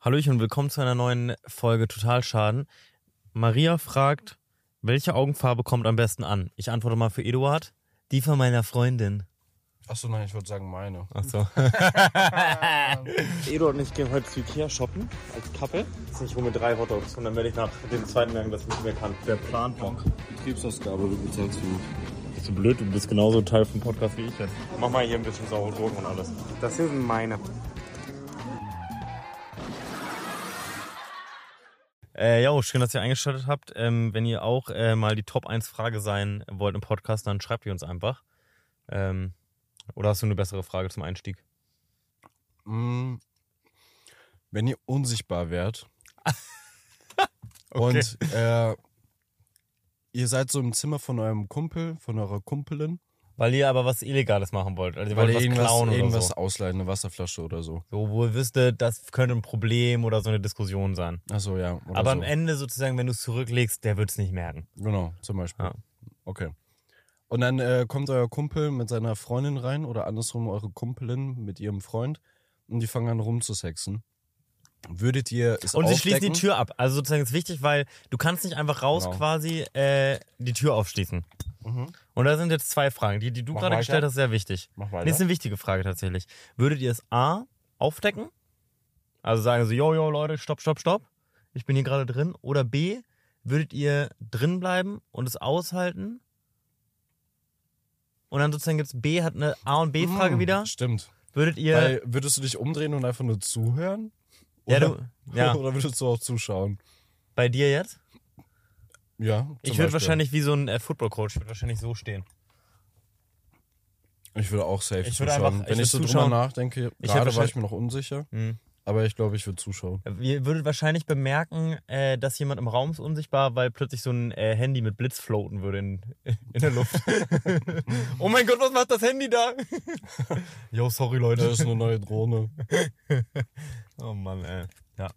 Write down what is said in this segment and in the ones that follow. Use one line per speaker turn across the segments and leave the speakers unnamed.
Hallöchen und willkommen zu einer neuen Folge Totalschaden. Maria fragt, welche Augenfarbe kommt am besten an? Ich antworte mal für Eduard. Die von meiner Freundin.
Achso, nein, ich würde sagen meine.
Achso.
Eduard und ich gehen heute zu Ikea shoppen, als Couple. Ich hole mir 3 Hotdogs und dann werde ich nach dem zweiten Gang das nicht mehr kann. Der Planbock.
Betriebsausgabe, du bezahlst für mich.
Bist du blöd? Du bist genauso Teil vom Podcast wie ich jetzt. Mach mal hier ein bisschen saure Gurken und alles. Das hier sind meine.
Schön, dass ihr eingeschaltet habt. Wenn ihr auch mal die Top 1 Frage sein wollt im Podcast, dann schreibt ihr uns einfach. Oder hast du eine bessere Frage zum Einstieg?
Wenn ihr unsichtbar wärt
Okay.
und ihr seid so im Zimmer von eurem Kumpel, von eurer Kumpelin,
Weil ihr aber was Illegales machen wollt. Also ihr
weil
wollt
ihr
was klauen
irgendwas
oder so.
ausleihen, eine Wasserflasche oder so.
So, wo ihr wüsstet, das könnte ein Problem oder so eine Diskussion sein.
Achso, ja. Oder
Aber
so.
am Ende sozusagen, wenn du es zurücklegst, der wird es nicht merken.
Genau, zum Beispiel.
Ja.
Okay. Und dann kommt euer Kumpel mit seiner Freundin rein oder andersrum eure Kumpelin mit ihrem Freund und die fangen an rumzusexen. Würdet ihr es
Und sie
aufdecken?
schließen die Tür ab. Also sozusagen ist wichtig, weil du kannst nicht einfach raus
Genau.
quasi die Tür aufschließen. Und da sind jetzt 2 Fragen. Die du
Mach
gerade
weiter.
gestellt hast, sehr wichtig.
Mach
Nee,
weiter.
ist eine wichtige Frage tatsächlich. Würdet ihr es A, aufdecken? Also sagen so, yo, Leute, stopp. Ich bin hier gerade drin. Oder B, würdet ihr drin bleiben und es aushalten? Und dann sozusagen gibt's B, hat eine A- und B-Frage wieder.
Stimmt.
Würdet ihr...
Weil, würdest du dich umdrehen und einfach nur zuhören?
Ja,
Oder,
ja.
oder würdest du auch zuschauen?
Bei dir jetzt?
Ja. zum
Ich würde
Beispiel.
wahrscheinlich wie so ein Football-Coach, ich würde wahrscheinlich so stehen.
Ich würde auch safe
Ich würde
zuschauen.
einfach- ich
Wenn ich so
würde
drüber
zuschauen.
nachdenke,
Ich
gerade
hätte
war ich mir noch unsicher, aber ich glaube, ich würde zuschauen.
Ihr würdet wahrscheinlich bemerken, dass jemand im Raum ist unsichtbar, weil plötzlich so ein Handy mit Blitz floaten würde in der Luft. Oh mein Gott, was macht das Handy da? Yo, sorry Leute.
Das ist eine neue Drohne.
Oh Mann, ey. Ja.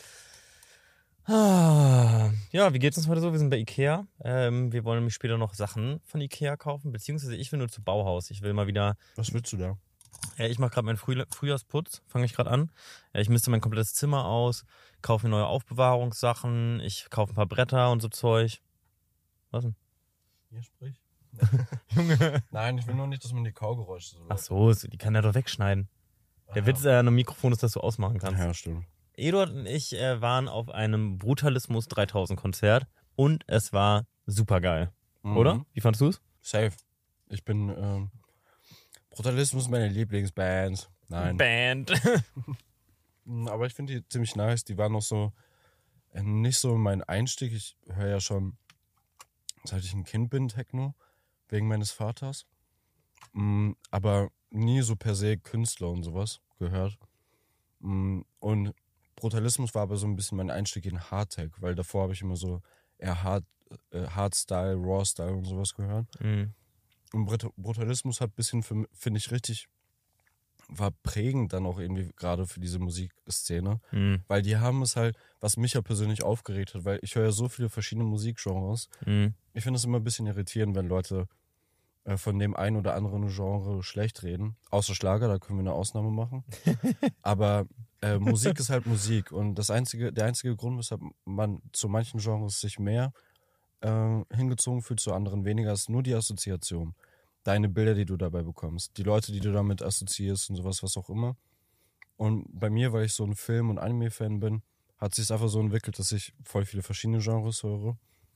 Ja, wie geht's uns heute so? Wir sind bei Ikea. Wir wollen nämlich später noch Sachen von Ikea kaufen, beziehungsweise ich will nur zu Bauhaus. Ich will mal wieder...
Was willst du da?
Ich mache gerade meinen Frühjahrsputz, fange ich gerade an. Ich misste mein komplettes Zimmer aus, kaufe mir neue Aufbewahrungssachen, ich kaufe ein paar Bretter und so Zeug. Was denn?
Hier sprich.
Junge.
Nein, ich will nur nicht, dass man die Kaugeräusche so
Ach so, die kann er doch wegschneiden. Der Witz an einem Mikrofon ist, dass du ausmachen kannst.
Ja, stimmt.
Eduard und ich waren auf einem Brutalismus 3000 Konzert und es war super geil. Oder? Wie fandest du es?
Safe. Ich bin, Brutalismus ist meine Lieblingsband. Nein.
Band.
Aber ich finde die ziemlich nice. Die waren noch so, nicht so mein Einstieg. Ich höre ja schon, seit ich ein Kind bin, Techno, wegen meines Vaters. Aber nie so per se Künstler und sowas gehört. Und Brutalismus war aber so ein bisschen mein Einstieg in Hardtech, weil davor habe ich immer so eher Hardstyle, Rawstyle und sowas gehört. Und Brutalismus hat ein bisschen, finde ich, richtig, war prägend dann auch irgendwie gerade für diese Musikszene. Weil die haben es halt, was mich ja persönlich aufgeregt hat, weil ich höre ja so viele verschiedene Musikgenres. Ich finde es immer ein bisschen irritierend, wenn Leute von dem einen oder anderen Genre schlecht reden. Außer Schlager, da können wir eine Ausnahme machen. Aber Musik ist halt Musik. Und der einzige Grund, weshalb man zu manchen Genres sich mehr hingezogen fühlt, zu anderen weniger, ist nur die Assoziation. Deine Bilder, die du dabei bekommst. Die Leute, die du damit assoziierst und sowas, was auch immer. Und bei mir, weil ich so ein Film- und Anime-Fan bin, hat sich einfach so entwickelt, dass ich voll viele verschiedene Genres höre.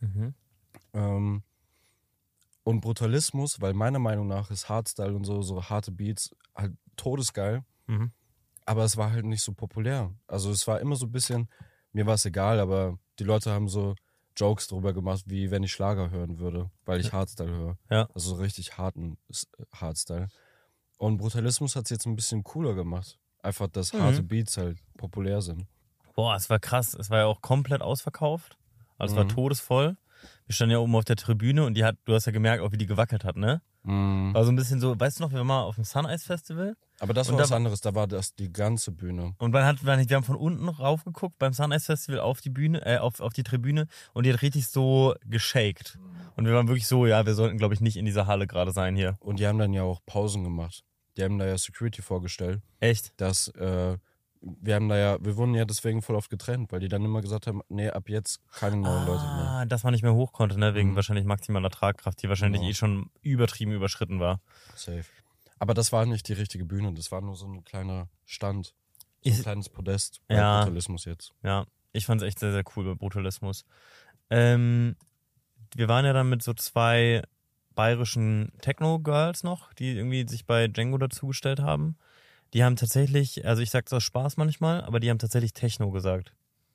Und Brutalismus, weil meiner Meinung nach ist Hardstyle und so harte Beats halt todesgeil. Aber es war halt nicht so populär. Also es war immer so ein bisschen, mir war es egal, aber die Leute haben so Jokes drüber gemacht, wie wenn ich Schlager hören würde, weil ich Hardstyle höre.
Ja.
Also so richtig harten Hardstyle. Und Brutalismus hat es jetzt ein bisschen cooler gemacht. Einfach, dass harte Beats halt populär sind.
Boah, es war krass. Es war ja auch komplett ausverkauft. Also es war todesvoll. Wir standen ja oben auf der Tribüne und du hast ja gemerkt, auch wie die gewackelt hat, ne? War so ein bisschen so, weißt du noch, wir waren mal auf dem Sunrise Festival.
Aber das war was anderes, da war das die ganze Bühne.
Und wir haben von unten raufgeguckt beim Sunrise Festival auf die Bühne, auf die Tribüne und die hat richtig so geshakt. Und wir waren wirklich so, ja, wir sollten, glaube ich, nicht in dieser Halle gerade sein hier.
Und die haben dann ja auch Pausen gemacht. Die haben da ja Security vorgestellt.
Echt?
Dass wir wurden ja deswegen voll oft getrennt, weil die dann immer gesagt haben, nee, ab jetzt keine neuen Leute mehr.
Dass man nicht mehr hoch konnte, ne? Wegen wahrscheinlich maximaler Tragkraft, die wahrscheinlich
Genau.
schon übertrieben überschritten war.
Safe. Aber das war nicht die richtige Bühne, das war nur so ein kleiner Stand. So ein kleines Podest bei
Ja.
Brutalismus jetzt.
Ja, ich fand es echt sehr, sehr cool bei Brutalismus. Wir waren ja dann mit so 2 bayerischen Techno-Girls noch, die irgendwie sich bei Django dazugestellt haben. Die haben tatsächlich, also ich sag's aus Spaß manchmal, aber die haben tatsächlich Techno gesagt.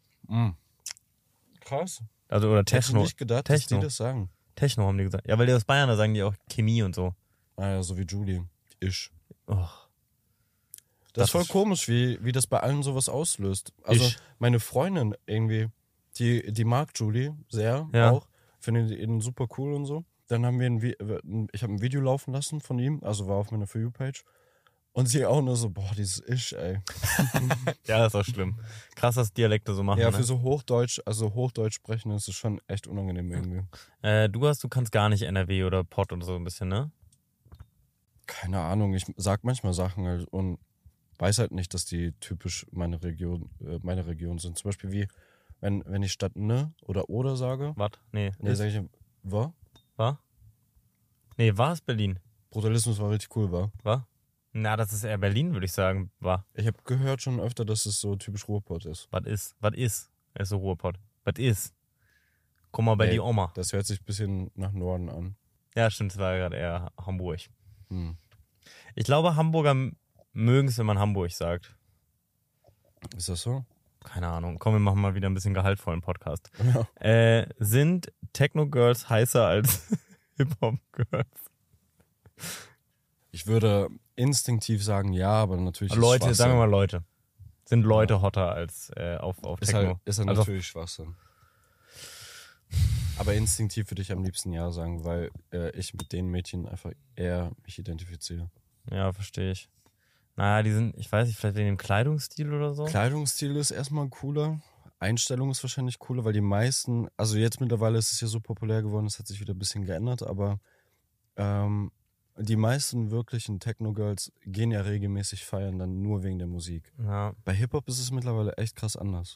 Krass.
Also oder
Hätte ich
Techno.
nicht gedacht, dass
Techno.
die das sagen.
Techno haben die gesagt. Ja, weil die aus Bayern, da sagen die auch Chemie und so.
Ah ja, so wie Julie.
Oh.
Das ist voll
ist-
komisch, wie das bei allen sowas auslöst. Also
Ich.
meine Freundin irgendwie, die mag Julie sehr
Ja.
auch. Finde ihn super cool und so. Dann haben wir ich habe ein Video laufen lassen von ihm, also war auf meiner For You-Page. Und sie auch nur so, boah, dieses Isch, ey.
Ja, das ist auch schlimm. Krass, dass Dialekte so machen.
Ja,
ne?
für so Hochdeutsch, also Hochdeutsch sprechen, ist es schon echt unangenehm irgendwie.
Du kannst gar nicht NRW oder Pott oder so ein bisschen, ne?
Keine Ahnung, ich sag manchmal Sachen halt und weiß halt nicht, dass die typisch meine Region sind. Zum Beispiel wie, wenn ich statt ne oder sage,
Was? Nee.
nee, sag ich, war?
War? Nee, war es Berlin?
Brutalismus war richtig cool, war.
War? Na, das ist eher Berlin, würde ich sagen. War.
Ich habe gehört schon öfter, dass es so typisch Ruhrpott ist.
Was ist? Was ist? Er ist so Ruhrpott. Was ist? Komm mal bei
Nee.
die Oma.
Das hört sich ein bisschen nach Norden an.
Ja, stimmt, es war gerade eher Hamburg.
Hm.
Ich glaube, Hamburger mögen es, wenn man Hamburg sagt.
Ist das so?
Keine Ahnung. Komm, wir machen mal wieder ein bisschen gehaltvollen Podcast.
Ja.
Sind Techno-Girls heißer als Hip-Hop-Girls?
Ich würde instinktiv sagen, ja, aber natürlich
Leute,
ist
sagen wir mal Leute. Sind Leute hotter als auf
Ist
Techno?
halt, ist halt
Also
natürlich Schwachsinn. Aber instinktiv würde ich am liebsten ja sagen, weil ich mit den Mädchen einfach eher mich identifiziere.
ja, verstehe ich. Naja, die sind, ich weiß nicht, vielleicht wegen dem Kleidungsstil oder so.
Kleidungsstil ist erstmal cooler. Einstellung ist wahrscheinlich cooler, weil die meisten, also jetzt mittlerweile ist es ja so populär geworden, es hat sich wieder ein bisschen geändert, aber die meisten wirklichen Techno-Girls gehen ja regelmäßig feiern, dann nur wegen der Musik.
Ja,
Bei Hip-Hop ist es mittlerweile echt krass anders.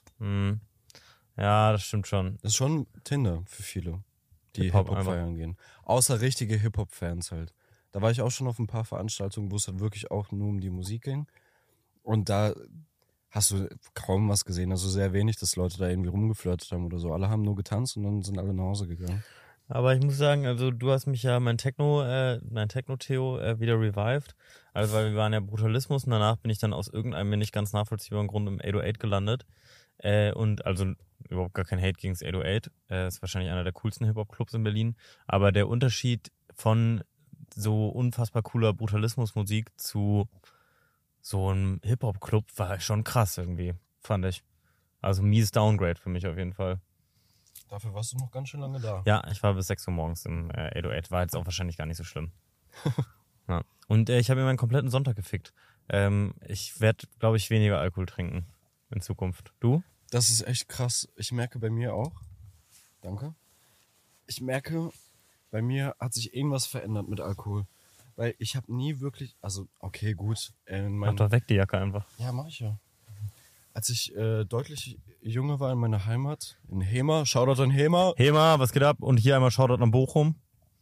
ja, das stimmt schon.
Das ist schon Tinder für viele, die
Hip-Hop
Hip-Hop
einfach.
feiern gehen. Außer richtige Hip-Hop-Fans halt. Da war ich auch schon auf ein paar Veranstaltungen, wo es halt wirklich auch nur um die Musik ging. Und da hast du kaum was gesehen. Also sehr wenig, dass Leute da irgendwie rumgeflirtet haben oder so. Alle haben nur getanzt und dann sind alle nach Hause gegangen.
Aber ich muss sagen, also du hast mich ja mein Techno-Theo wieder revived. Also weil wir waren ja Brutalismus und danach bin ich dann aus irgendeinem mir nicht ganz nachvollziehbaren Grund im 808 gelandet. Und also überhaupt gar kein Hate gegen das 808. Ist wahrscheinlich einer der coolsten Hip-Hop-Clubs in Berlin. Aber der Unterschied von so unfassbar cooler Brutalismusmusik zu so einem Hip-Hop-Club war schon krass irgendwie, fand ich. Also mieses Downgrade für mich auf jeden Fall.
Dafür warst du noch ganz schön lange da.
Ja, ich war bis 6 Uhr morgens im 808. War jetzt auch wahrscheinlich gar nicht so schlimm. Ja. Und ich habe mir meinen kompletten Sonntag gefickt. Ich werde, glaube ich, weniger Alkohol trinken in Zukunft. Du?
Das ist echt krass. Ich merke bei mir auch. Danke. Ich merke, bei mir hat sich irgendwas verändert mit Alkohol. Weil ich habe nie wirklich, also okay, gut.
Mach doch weg die Jacke einfach.
Ja, mach ich ja. Als ich deutlich jünger war in meiner Heimat, in Hema, Shoutout an Hema.
Hema, was geht ab? Und hier einmal Shoutout an Bochum.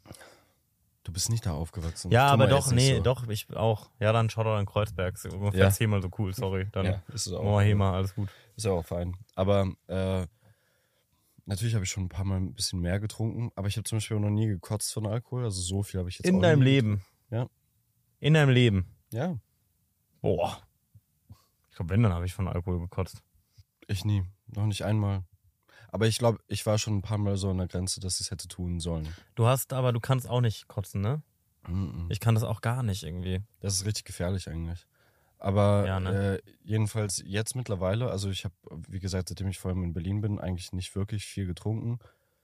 Du bist nicht da aufgewachsen.
Ja,
Tu
aber
mal
doch,
jetzt nicht
nee,
so.
doch, ich auch. Ja, dann Shoutout an Kreuzberg. Ist ungefähr
Ja.
10-mal so cool, sorry. Dann
Ja, ist es auch.
oh, Hema, alles gut.
Ist ja auch fein. Aber natürlich habe ich schon ein paar Mal ein bisschen mehr getrunken, aber ich habe zum Beispiel auch noch nie gekotzt von Alkohol. Also so viel habe ich jetzt auch
In deinem
nie
Leben.
Ja.
In deinem Leben.
Ja,
Boah. Ich glaube, wenn, dann habe ich von Alkohol gekotzt.
ich nie. Noch nicht einmal. Aber ich glaube, ich war schon ein paar Mal so an der Grenze, dass ich es hätte tun sollen.
Du kannst auch nicht kotzen, ne? Ich kann das auch gar nicht irgendwie.
Das ist richtig gefährlich eigentlich. Aber
Ja, ne?
jedenfalls jetzt mittlerweile, also ich habe, wie gesagt, seitdem ich vor allem in Berlin bin, eigentlich nicht wirklich viel getrunken.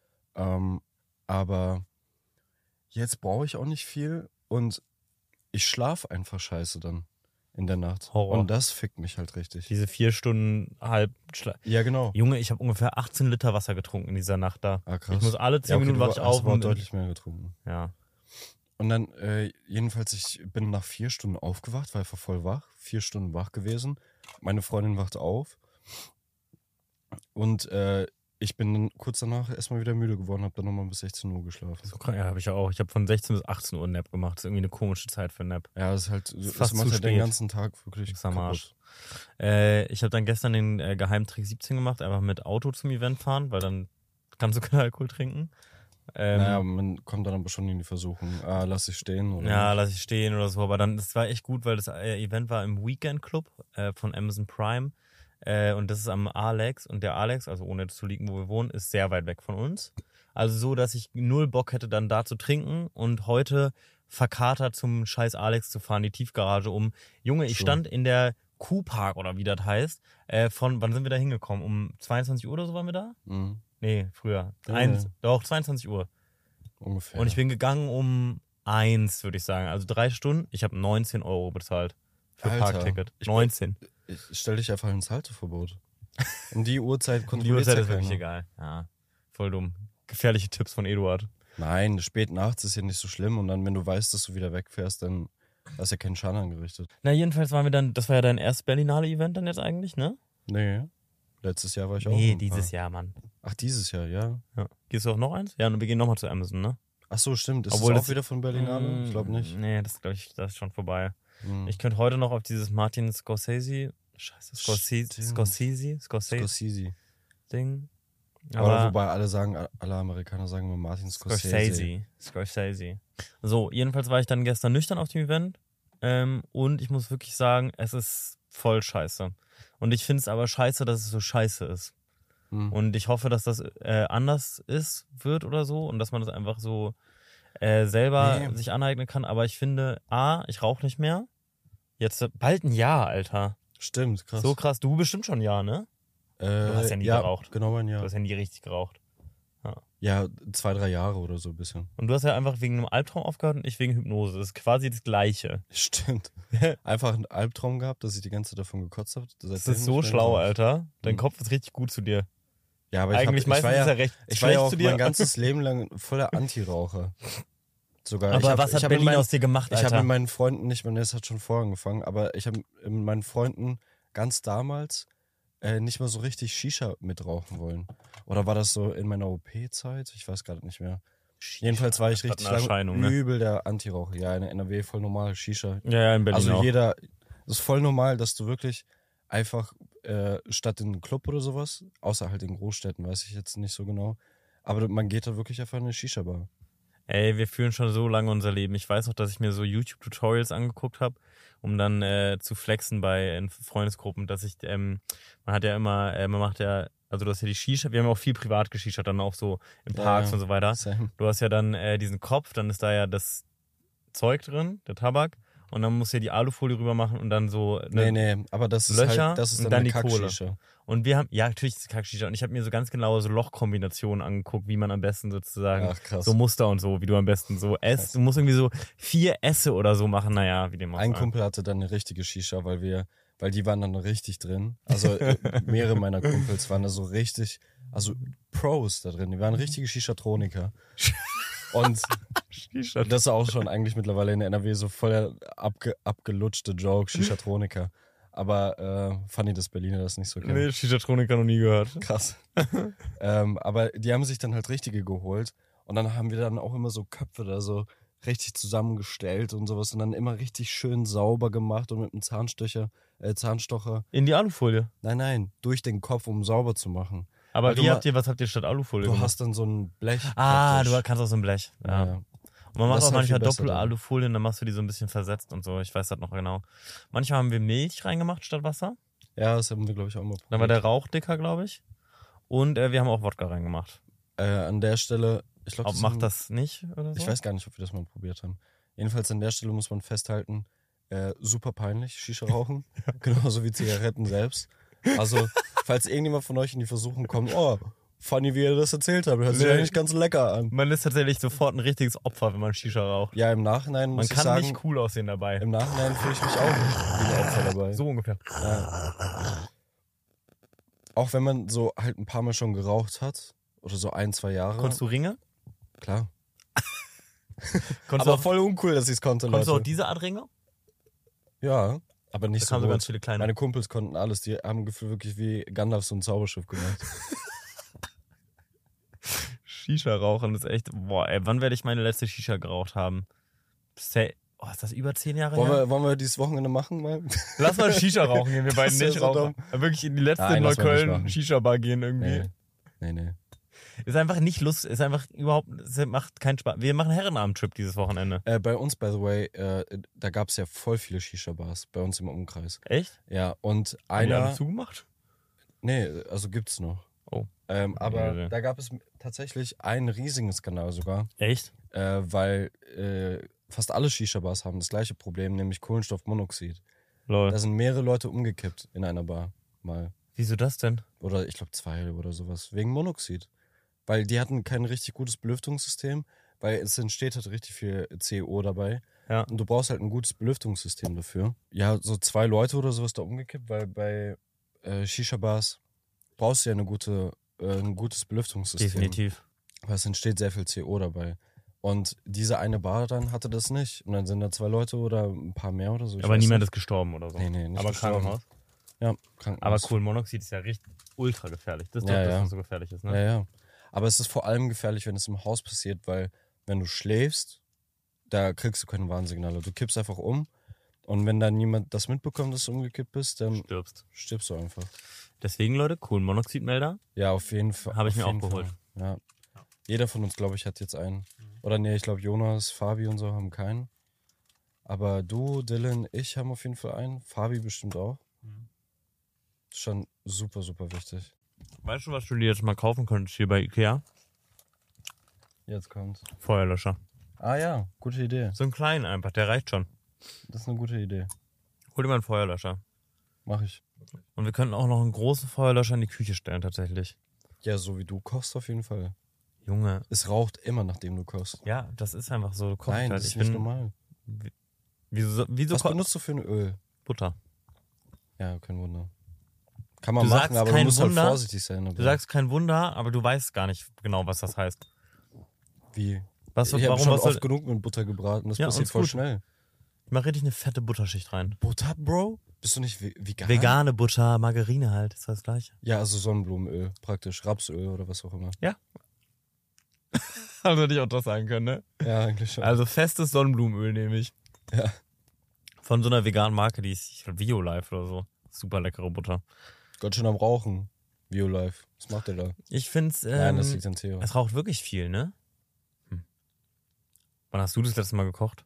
Aber jetzt brauche ich auch nicht viel und ich schlafe einfach scheiße dann in der Nacht.
Horror.
Und das fickt mich halt richtig.
Diese 4 Stunden
Ja, genau.
Junge, ich habe ungefähr 18 Liter Wasser getrunken in dieser Nacht da.
Ah, krass.
Ich muss alle 10
Ja, okay,
Minuten wach ich auf.
hast aber auch
Und
deutlich mehr getrunken.
ja.
Und dann, jedenfalls, ich bin nach 4 Stunden aufgewacht, war einfach voll wach, 4 Stunden wach gewesen. meine Freundin wacht auf und ich bin dann kurz danach erstmal wieder müde geworden, habe dann nochmal bis 16 Uhr geschlafen.
So krank, ja, habe ich ja auch. Ich habe von 16 bis 18 Uhr Nap gemacht. Das ist irgendwie eine komische Zeit für Nap.
Ja, das ist halt,
ist
das
fast
macht
zu
halt den
spät.
ganzen Tag wirklich
Ist am Arsch.
kaputt.
Ich habe dann gestern den Geheimtrick 17 gemacht, einfach mit Auto zum Event fahren, weil dann kannst du keinen Alkohol trinken.
Naja, man kommt dann aber schon in die Versuchung, lass ich stehen. Oder
Ja,
nicht.
lass ich stehen oder so. Aber dann, das war echt gut, weil das Event war im Weekend Club von Amazon Prime. Und das ist am Alex. Und der Alex, also ohne zu liegen, wo wir wohnen, ist sehr weit weg von uns. Also so, dass ich null Bock hätte, dann da zu trinken und heute verkatert zum scheiß Alex zu fahren, die Tiefgarage um. Junge, ich stand in der Q-Park oder wie das heißt. Wann sind wir da hingekommen? Um 22 Uhr oder so waren wir da?
Mhm.
Nee, früher.
Ja.
Doch, 22 Uhr.
Ungefähr.
Und ich bin gegangen um 1, würde ich sagen. Also 3 Stunden. Ich habe 19 Euro bezahlt für
Alter.
Parkticket. 19.
Ich stell dich einfach ins Halteverbot. Um die Uhrzeit
Die
kontrolliert
Uhrzeit
ja
ist wirklich
keiner.
egal. Ja, voll dumm. Gefährliche Tipps von Eduard.
Nein, spät nachts ist ja nicht so schlimm und dann, wenn du weißt, dass du wieder wegfährst, dann hast du ja keinen Schaden angerichtet.
Na, jedenfalls waren wir dann, das war ja dein erstes Berlinale-Event dann jetzt eigentlich, ne?
Nee, letztes Jahr war ich auch.
Nee,
ein paar.
dieses Jahr, Mann.
Ach, dieses Jahr, ja.
Ja. Gehst du auch noch eins? Ja, und wir gehen nochmal zu Amazon, ne?
Ach so, stimmt. Ist
Obwohl
das
das-
auch wieder von Berlinale? Ich glaube nicht.
Nee, das glaube ich, das ist schon vorbei.
Hm.
Ich könnte heute noch auf dieses Martin Scorsese,
Stimmt.
Scorsese
Scorsese.
Ding.
Aber wobei alle Amerikaner sagen immer Martin Scorsese.
Scorsese. So, jedenfalls war ich dann gestern nüchtern auf dem Event. Und ich muss wirklich sagen, es ist voll scheiße. Und ich finde es aber scheiße, dass es so scheiße ist.
Hm.
Und ich hoffe, dass das anders wird oder so. Und dass man das einfach so selber sich aneignen kann. Aber ich finde, ich rauche nicht mehr. Jetzt bald ein Jahr, Alter.
Stimmt, krass.
So krass. Du bestimmt schon ein Jahr, ne? hast ja nie geraucht.
Genau ein
Du
Jahr.
hast ja nie richtig geraucht.
Ja, 2-3 Jahre oder so ein bisschen.
Und du hast ja einfach wegen einem Albtraum aufgehört und ich wegen Hypnose. Das ist quasi das Gleiche.
Stimmt. Einfach einen Albtraum gehabt, dass ich die ganze Zeit davon gekotzt habe.
Das ist so schlau, Alter. Dein Kopf ist richtig gut zu dir.
Ja, aber
Eigentlich
ich
meistens
war ja,
ist er recht
ich war ja
schlecht
auch
zu dir.
mein ganzes Leben lang voller Antiraucher. Sogar.
Aber was hat Berlin aus dir gemacht,
Ich habe
Alter?
mit meinen Freunden nicht, es hat schon vorher angefangen, aber ich habe mit meinen Freunden ganz damals nicht mal so richtig Shisha mitrauchen wollen. Oder war das so in meiner OP-Zeit? Ich weiß gerade nicht mehr. Jedenfalls war ich
das hat
richtig
eine
lange
Erscheinung, ne?
übel der Antiraucher. Ja, in der NRW voll normal, Shisha.
Ja, in Berlin
Also
auch.
es ist voll normal, dass du wirklich einfach statt in einen Club oder sowas, außer halt in Großstädten, weiß ich jetzt nicht so genau, aber man geht da wirklich einfach in eine Shisha-Bar.
Ey, wir führen schon so lange unser Leben. Ich weiß noch, dass ich mir so YouTube-Tutorials angeguckt habe, um dann zu flexen in Freundesgruppen, dass ich, man hat ja immer, man macht ja, also du hast ja die Shisha, wir haben ja auch viel privat geschichert, dann auch so in Parks
Ja,
und so weiter.
Same.
Du hast ja dann diesen Kopf, dann ist da ja das Zeug drin, der Tabak, und dann musst du ja die Alufolie rüber machen und dann so
Nee, aber das ist
Löcher
halt, das ist
und
dann
dann
eine
die Kohle.
Kack-Shisha.
Und wir haben, ja, natürlich ist es Kack-Shisha. Und ich habe mir so ganz genaue so Lochkombinationen angeguckt, wie man am besten sozusagen
Ach, krass.
so Muster und so, wie du am besten so
Krass.
du musst irgendwie so 4 Esse oder so machen. Naja, wie dem auch
Ein
sei.
Kumpel hatte dann eine richtige Shisha, weil die waren dann richtig drin. Also mehrere meiner Kumpels waren da so richtig, also Pros da drin. Die waren richtige Shisha-Troniker. Und
Shisha.
das ist auch schon eigentlich mittlerweile in der NRW so voll der abgelutschte Joke, Shisha-Troniker. Aber funny, dass Berliner das nicht so kennen.
Nee, Shisha-Tronika noch nie gehört.
Krass. Aber die haben sich dann halt richtige geholt. Und dann haben wir dann auch immer so Köpfe da so richtig zusammengestellt und sowas. Und dann immer richtig schön sauber gemacht und mit einem Zahnstocher.
In die Alufolie.
Nein, durch den Kopf, um sauber zu machen.
Aber
Weil du
was habt ihr statt Alufolie
Du
gemacht?
hast dann so ein Blech.
Du
praktisch.
kannst auch so ein Blech. Ja.
Ja.
Und man macht
Das
auch
ist halt
manchmal
viel besser
Doppel-Alufolien, dann machst du die so ein bisschen versetzt und so. Ich weiß das noch genau. Manchmal haben wir Milch reingemacht statt Wasser.
Ja, das haben wir, glaube ich, auch mal probiert.
Dann war der Rauch dicker, glaube ich. Und wir haben auch Wodka reingemacht.
An der Stelle, ich glaube,
Macht das nicht oder so?
Ich weiß gar nicht, ob wir das mal probiert haben. Jedenfalls an der Stelle muss man festhalten, super peinlich, Shisha rauchen. Genauso wie Zigaretten selbst. Also, falls irgendjemand von euch in die Versuchung kommt, oh, funny, wie ihr das erzählt habt, hört sich
Nee.
eigentlich ganz lecker an.
Man ist tatsächlich sofort ein richtiges Opfer, wenn man Shisha raucht.
Ja, im Nachhinein
Man
muss ich
kann
sagen,
nicht cool aussehen dabei.
im Nachhinein fühle ich mich auch wie ein Opfer dabei.
So ungefähr.
Auch wenn man so halt ein paar Mal schon geraucht hat, oder so 1-2 Jahre.
Konntest du Ringe?
Klar.
Konntest
Aber voll uncool, dass ich es konnte,
du auch
Leute.
diese Art Ringe?
Ja, Aber nicht
Da
so
kamen so
rot.
ganz viele kleine.
Meine Kumpels konnten alles. Die haben Gefühl wirklich wie Gandalf so ein Zauberschiff gemacht.
Shisha rauchen ist echt. Boah, ey, wann werde ich meine letzte Shisha geraucht haben? Oh, ist das über 10 Jahre her?
Wollen wir dieses Wochenende machen mal?
Lass mal Shisha rauchen gehen, wir beiden
Das wär
nicht
so
rauchen. Wirklich in die letzte
Nein, lass mal nicht
Neukölln
machen.
Shisha-Bar gehen irgendwie.
Nee.
Ist einfach nicht lustig, ist einfach überhaupt, es macht keinen Spaß. Wir machen einen Herrenabend-Trip dieses Wochenende.
Bei uns, by the way, da gab es ja voll viele Shisha-Bars bei uns im Umkreis.
Echt?
Ja, und
Haben die alle
einer...
zugemacht?
Nee, also gibt's noch.
Oh.
Aber
Ja.
da gab es tatsächlich einen riesigen Skandal sogar,
Echt?
weil fast alle Shisha-Bars haben das gleiche Problem, nämlich Kohlenstoffmonoxid.
Lol.
Da sind mehrere Leute umgekippt in einer Bar mal.
Wieso das denn?
Oder ich glaube 2 oder sowas. Wegen Monoxid. Weil die hatten kein richtig gutes Belüftungssystem, weil es entsteht halt richtig viel CO dabei.
Ja.
Und du brauchst halt ein gutes Belüftungssystem dafür. Ja, so 2 Leute oder sowas da umgekippt, weil bei Shisha-Bars brauchst du ja ein gutes Belüftungssystem.
Definitiv.
Weil es entsteht sehr viel CO dabei. Und diese eine Bar dann hatte das nicht. Und dann sind da 2 Leute oder ein paar mehr oder so. ich
Aber
weiß
niemand
nicht.
ist gestorben oder so.
Nee, nicht
Aber
gestorben.
Krankenhaus.
Ja, Krankenhaus.
Aber Kohlenmonoxid ist ja richtig ultra gefährlich. Das ist doch
Ja,
das,
ja.
was so gefährlich ist, ne?
Ja. Aber es ist vor allem gefährlich, wenn es im Haus passiert, weil wenn du schläfst, da kriegst du keine Warnsignale. Du kippst einfach um und wenn dann niemand das mitbekommt, dass du umgekippt bist, dann stirbst du einfach.
Deswegen, Leute, Kohlenmonoxidmelder.
Ja, auf jeden Fall.
Habe ich mir
auf
auch
jeden
geholt.
Fall. Ja. Jeder von uns, glaube ich, hat jetzt einen. Oder nee, ich glaube Jonas, Fabi und so haben keinen. Aber du, Dylan, ich haben auf jeden Fall einen. Fabi bestimmt auch. Schon super, super wichtig.
Weißt du, was du dir jetzt mal kaufen könntest hier bei Ikea?
Jetzt kommt's.
Feuerlöscher.
Ah ja, gute Idee.
So einen kleinen einfach, der reicht schon.
Das ist eine gute Idee.
Hol dir mal einen Feuerlöscher.
Mach ich.
Und wir könnten auch noch einen großen Feuerlöscher in die Küche stellen, tatsächlich.
Ja, so wie du kochst auf jeden Fall.
Junge.
Es raucht immer, nachdem du kochst.
Ja, das ist einfach so. Du kochst
Nein,
halt.
das ist nicht normal.
Wieso
Was benutzt du für ein Öl?
Butter?
Ja, kein Wunder. Kann man
Du
machen,
sagst
aber du
kein
musst
Wunder,
halt vorsichtig sein. Dabei.
Du sagst kein Wunder, aber du weißt gar nicht genau, was das heißt.
Wie?
Was,
Ich habe
warum
schon
was soll,
oft genug mit Butter gebraten. Das
Ja,
passiert
ist
voll
gut.
schnell.
Ich mach richtig eine fette Butterschicht rein.
Butter, Bro? Bist du nicht vegan?
Vegane Butter, Margarine halt, ist das gleiche.
Ja, also Sonnenblumenöl praktisch. Rapsöl oder was auch immer.
Also hätte ich auch das sagen können, ne?
Ja, eigentlich schon.
Also festes Sonnenblumenöl nehme ich.
Ja.
Von so einer veganen Marke, die ist Violife oder so. Super leckere Butter.
Gott schon am Rauchen. Violife. Was macht der da?
Ich find's,
Nein, das liegt an Theo.
es raucht wirklich viel, ne? Wann hast du das letzte Mal gekocht?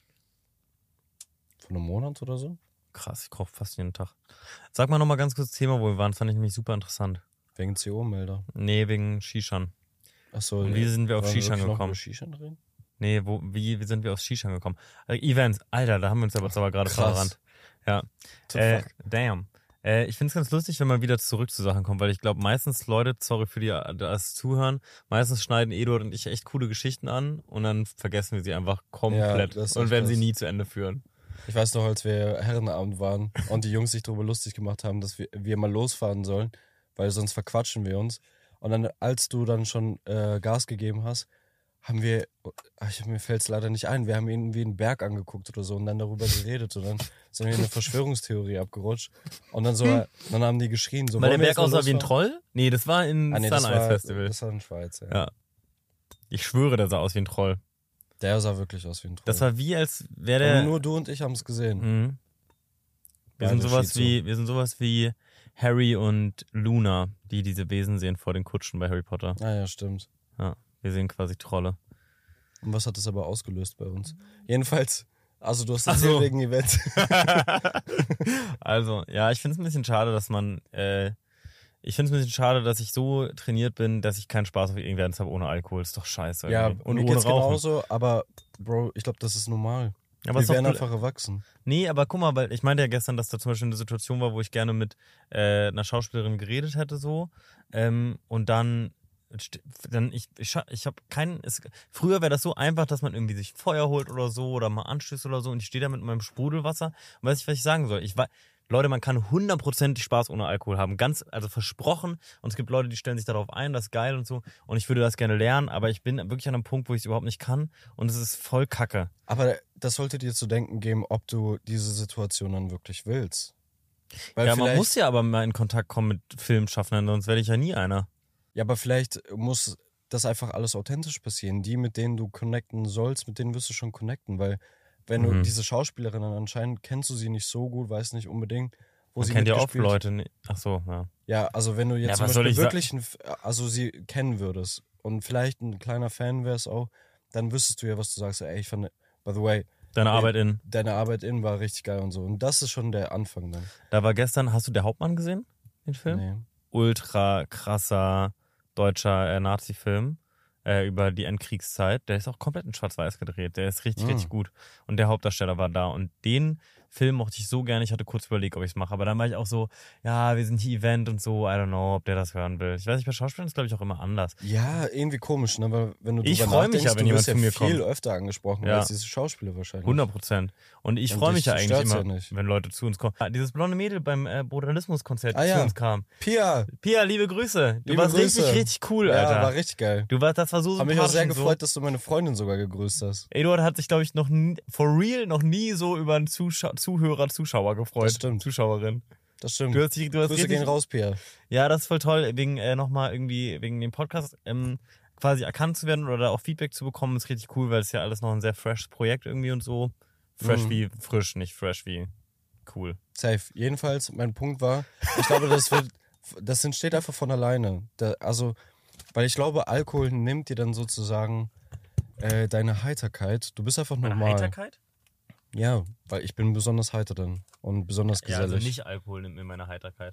Von einem Monat oder so?
Krass, ich koche fast jeden Tag. Sag mal nochmal ganz kurz das Thema, wo wir waren. Das fand ich nämlich super interessant.
Wegen CO-Melder.
Nee, wegen Shishan.
Achso.
Und wie sind wir auf
Wollen
Shishan
wirklich noch
gekommen?
über Shishan reden?
Nee, wie sind wir aufs Shishan gekommen? Events, Alter, da haben wir uns aber gerade
Krass.
verrannt. Ja.
The fuck?
Damn. Ich finde es ganz lustig, wenn man wieder zurück zu Sachen kommt, weil ich glaube, meistens, Leute, sorry für das Zuhören, meistens schneiden Eduard und ich echt coole Geschichten an und dann vergessen wir sie einfach komplett
das ist
und
echt
werden sie
krass.
nie zu Ende führen.
Ich weiß noch, als wir Herrenabend waren und die Jungs sich darüber lustig gemacht haben, dass wir mal losfahren sollen, weil sonst verquatschen wir uns. Und dann, als du dann schon Gas gegeben hast, haben wir, mir fällt es leider nicht ein, wir haben irgendwie einen Berg angeguckt oder so und dann darüber geredet und dann sind wir in eine Verschwörungstheorie abgerutscht. Und dann dann haben die geschrien. So,
Weil der
wollen wir
Berg
jetzt mal
aussah wie ein
losfahren?
Troll? Nee, das war in
Ah, nee,
Sunrise Festival.
Das war in Schweiz, ja.
Ja. Ich schwöre, der sah aus wie ein Troll.
Der sah wirklich aus wie ein Troll.
Das war wie, als wäre der...
Und nur du und ich haben es gesehen.
Mhm. Wir
Beide
sind sowas wie Harry und Luna, die diese Wesen sehen vor den Kutschen bei Harry Potter.
Ah ja, stimmt.
Ja, wir sehen quasi Trolle.
Und was hat das aber ausgelöst bei uns? Jedenfalls, also du hast
Ach
das
so.
wegen Event.
Also, ja, ich finde es ein bisschen schade, dass ich so trainiert bin, dass ich keinen Spaß auf irgendwas habe ohne Alkohol. Ist doch scheiße.
Ja,
irgendwie. Und
mir
ohne
geht's
Rauchen.
genauso, aber Bro, ich glaube, das ist normal.
Aber
Wir
ist doch
werden
blöd.
einfach erwachsen.
Nee, aber guck mal, weil ich meinte ja gestern, dass da zum Beispiel eine Situation war, wo ich gerne mit einer Schauspielerin geredet hätte so und dann ich habe keinen. Früher wäre das so einfach, dass man irgendwie sich Feuer holt oder so oder mal anstößt oder so und ich stehe da mit meinem Sprudelwasser und weiß nicht, was ich sagen soll. Leute, man kann 100% Spaß ohne Alkohol haben. Also versprochen. Und es gibt Leute, die stellen sich darauf ein, das ist geil und so. Und ich würde das gerne lernen, aber ich bin wirklich an einem Punkt, wo ich es überhaupt nicht kann. Und es ist voll kacke.
Aber das sollte dir zu denken geben, ob du diese Situation dann wirklich willst. Weil
Ja, man
vielleicht,
muss ja aber mal in Kontakt kommen mit Filmschaffenden, sonst werde ich ja nie einer.
ja, aber vielleicht muss das einfach alles authentisch passieren. Die, mit denen du connecten sollst, mit denen wirst du schon connecten, weil wenn du diese Schauspielerinnen anscheinend kennst du sie nicht so gut, weißt nicht unbedingt, wo
Man
sie
kennt ja oft
mitgespielt.
Leute. Ach so, ja.
Ja, also wenn du jetzt
Ja,
zum
was soll
Beispiel
ich
wirklich also sie kennen würdest und vielleicht ein kleiner Fan wärst auch, dann wüsstest du ja, was du sagst. Ey, ich fand, by the way,
Deine Arbeit
deine Arbeit in war richtig geil und so. Und das ist schon der Anfang dann.
Da war gestern, hast du Der Hauptmann gesehen? Den Film?
Nee.
Ultra krasser deutscher Nazi-Film über die Endkriegszeit. Der ist auch komplett in Schwarz-Weiß gedreht. Der ist richtig, richtig gut. Und der Hauptdarsteller war da. Und den Film mochte ich so gerne. Ich hatte kurz überlegt, ob ich es mache. Aber dann war ich auch so, ja, wir sind hier Event und so. I don't know, ob der das hören will. Ich weiß nicht, bei Schauspielern ist glaube ich auch immer anders.
Ja, irgendwie komisch, ne? Weil wenn du
Ich
drüber
freu mich ja,
nachdenkst,
wenn
du
jemand
wirst ja
zu mir
viel
kommt.
öfter angesprochen
Ja.
als diese Schauspieler wahrscheinlich.
100%. Und ich
Und
freue mich
dich
ja eigentlich
stört's
immer,
ja nicht.
wenn Leute zu uns kommen. Dieses blonde Mädel beim Brutalismus-Konzert,
Ah
die
ja.
zu uns kam.
Pia!
Pia, liebe Grüße. Du
Liebe
warst
Grüße.
richtig, richtig cool, Alter.
Ja, war richtig geil.
Das war so
Hab
sympathisch.
mich auch sehr
und so.
gefreut, dass du meine Freundin sogar gegrüßt hast.
Eduard hat sich, glaube ich, noch nie, for real, noch nie so über einen Zuschauer gefreut.
Das stimmt.
Zuschauerin.
Das stimmt.
Du hast
Grüße
richtig,
gehen raus, Pia.
Ja, das ist voll toll, wegen nochmal irgendwie, wegen dem Podcast quasi erkannt zu werden oder auch Feedback zu bekommen, ist richtig cool, weil es ja alles noch ein sehr freshes Projekt irgendwie und so. Fresh wie frisch, nicht fresh wie cool.
Safe. Jedenfalls, mein Punkt war, ich glaube, das entsteht einfach von alleine. Weil ich glaube, Alkohol nimmt dir dann sozusagen deine Heiterkeit. Du bist einfach normal.
Heiterkeit?
Ja, weil ich bin besonders heiter dann und besonders
Ja,
gesellig.
also nicht Alkohol nimmt mir meine Heiterkeit.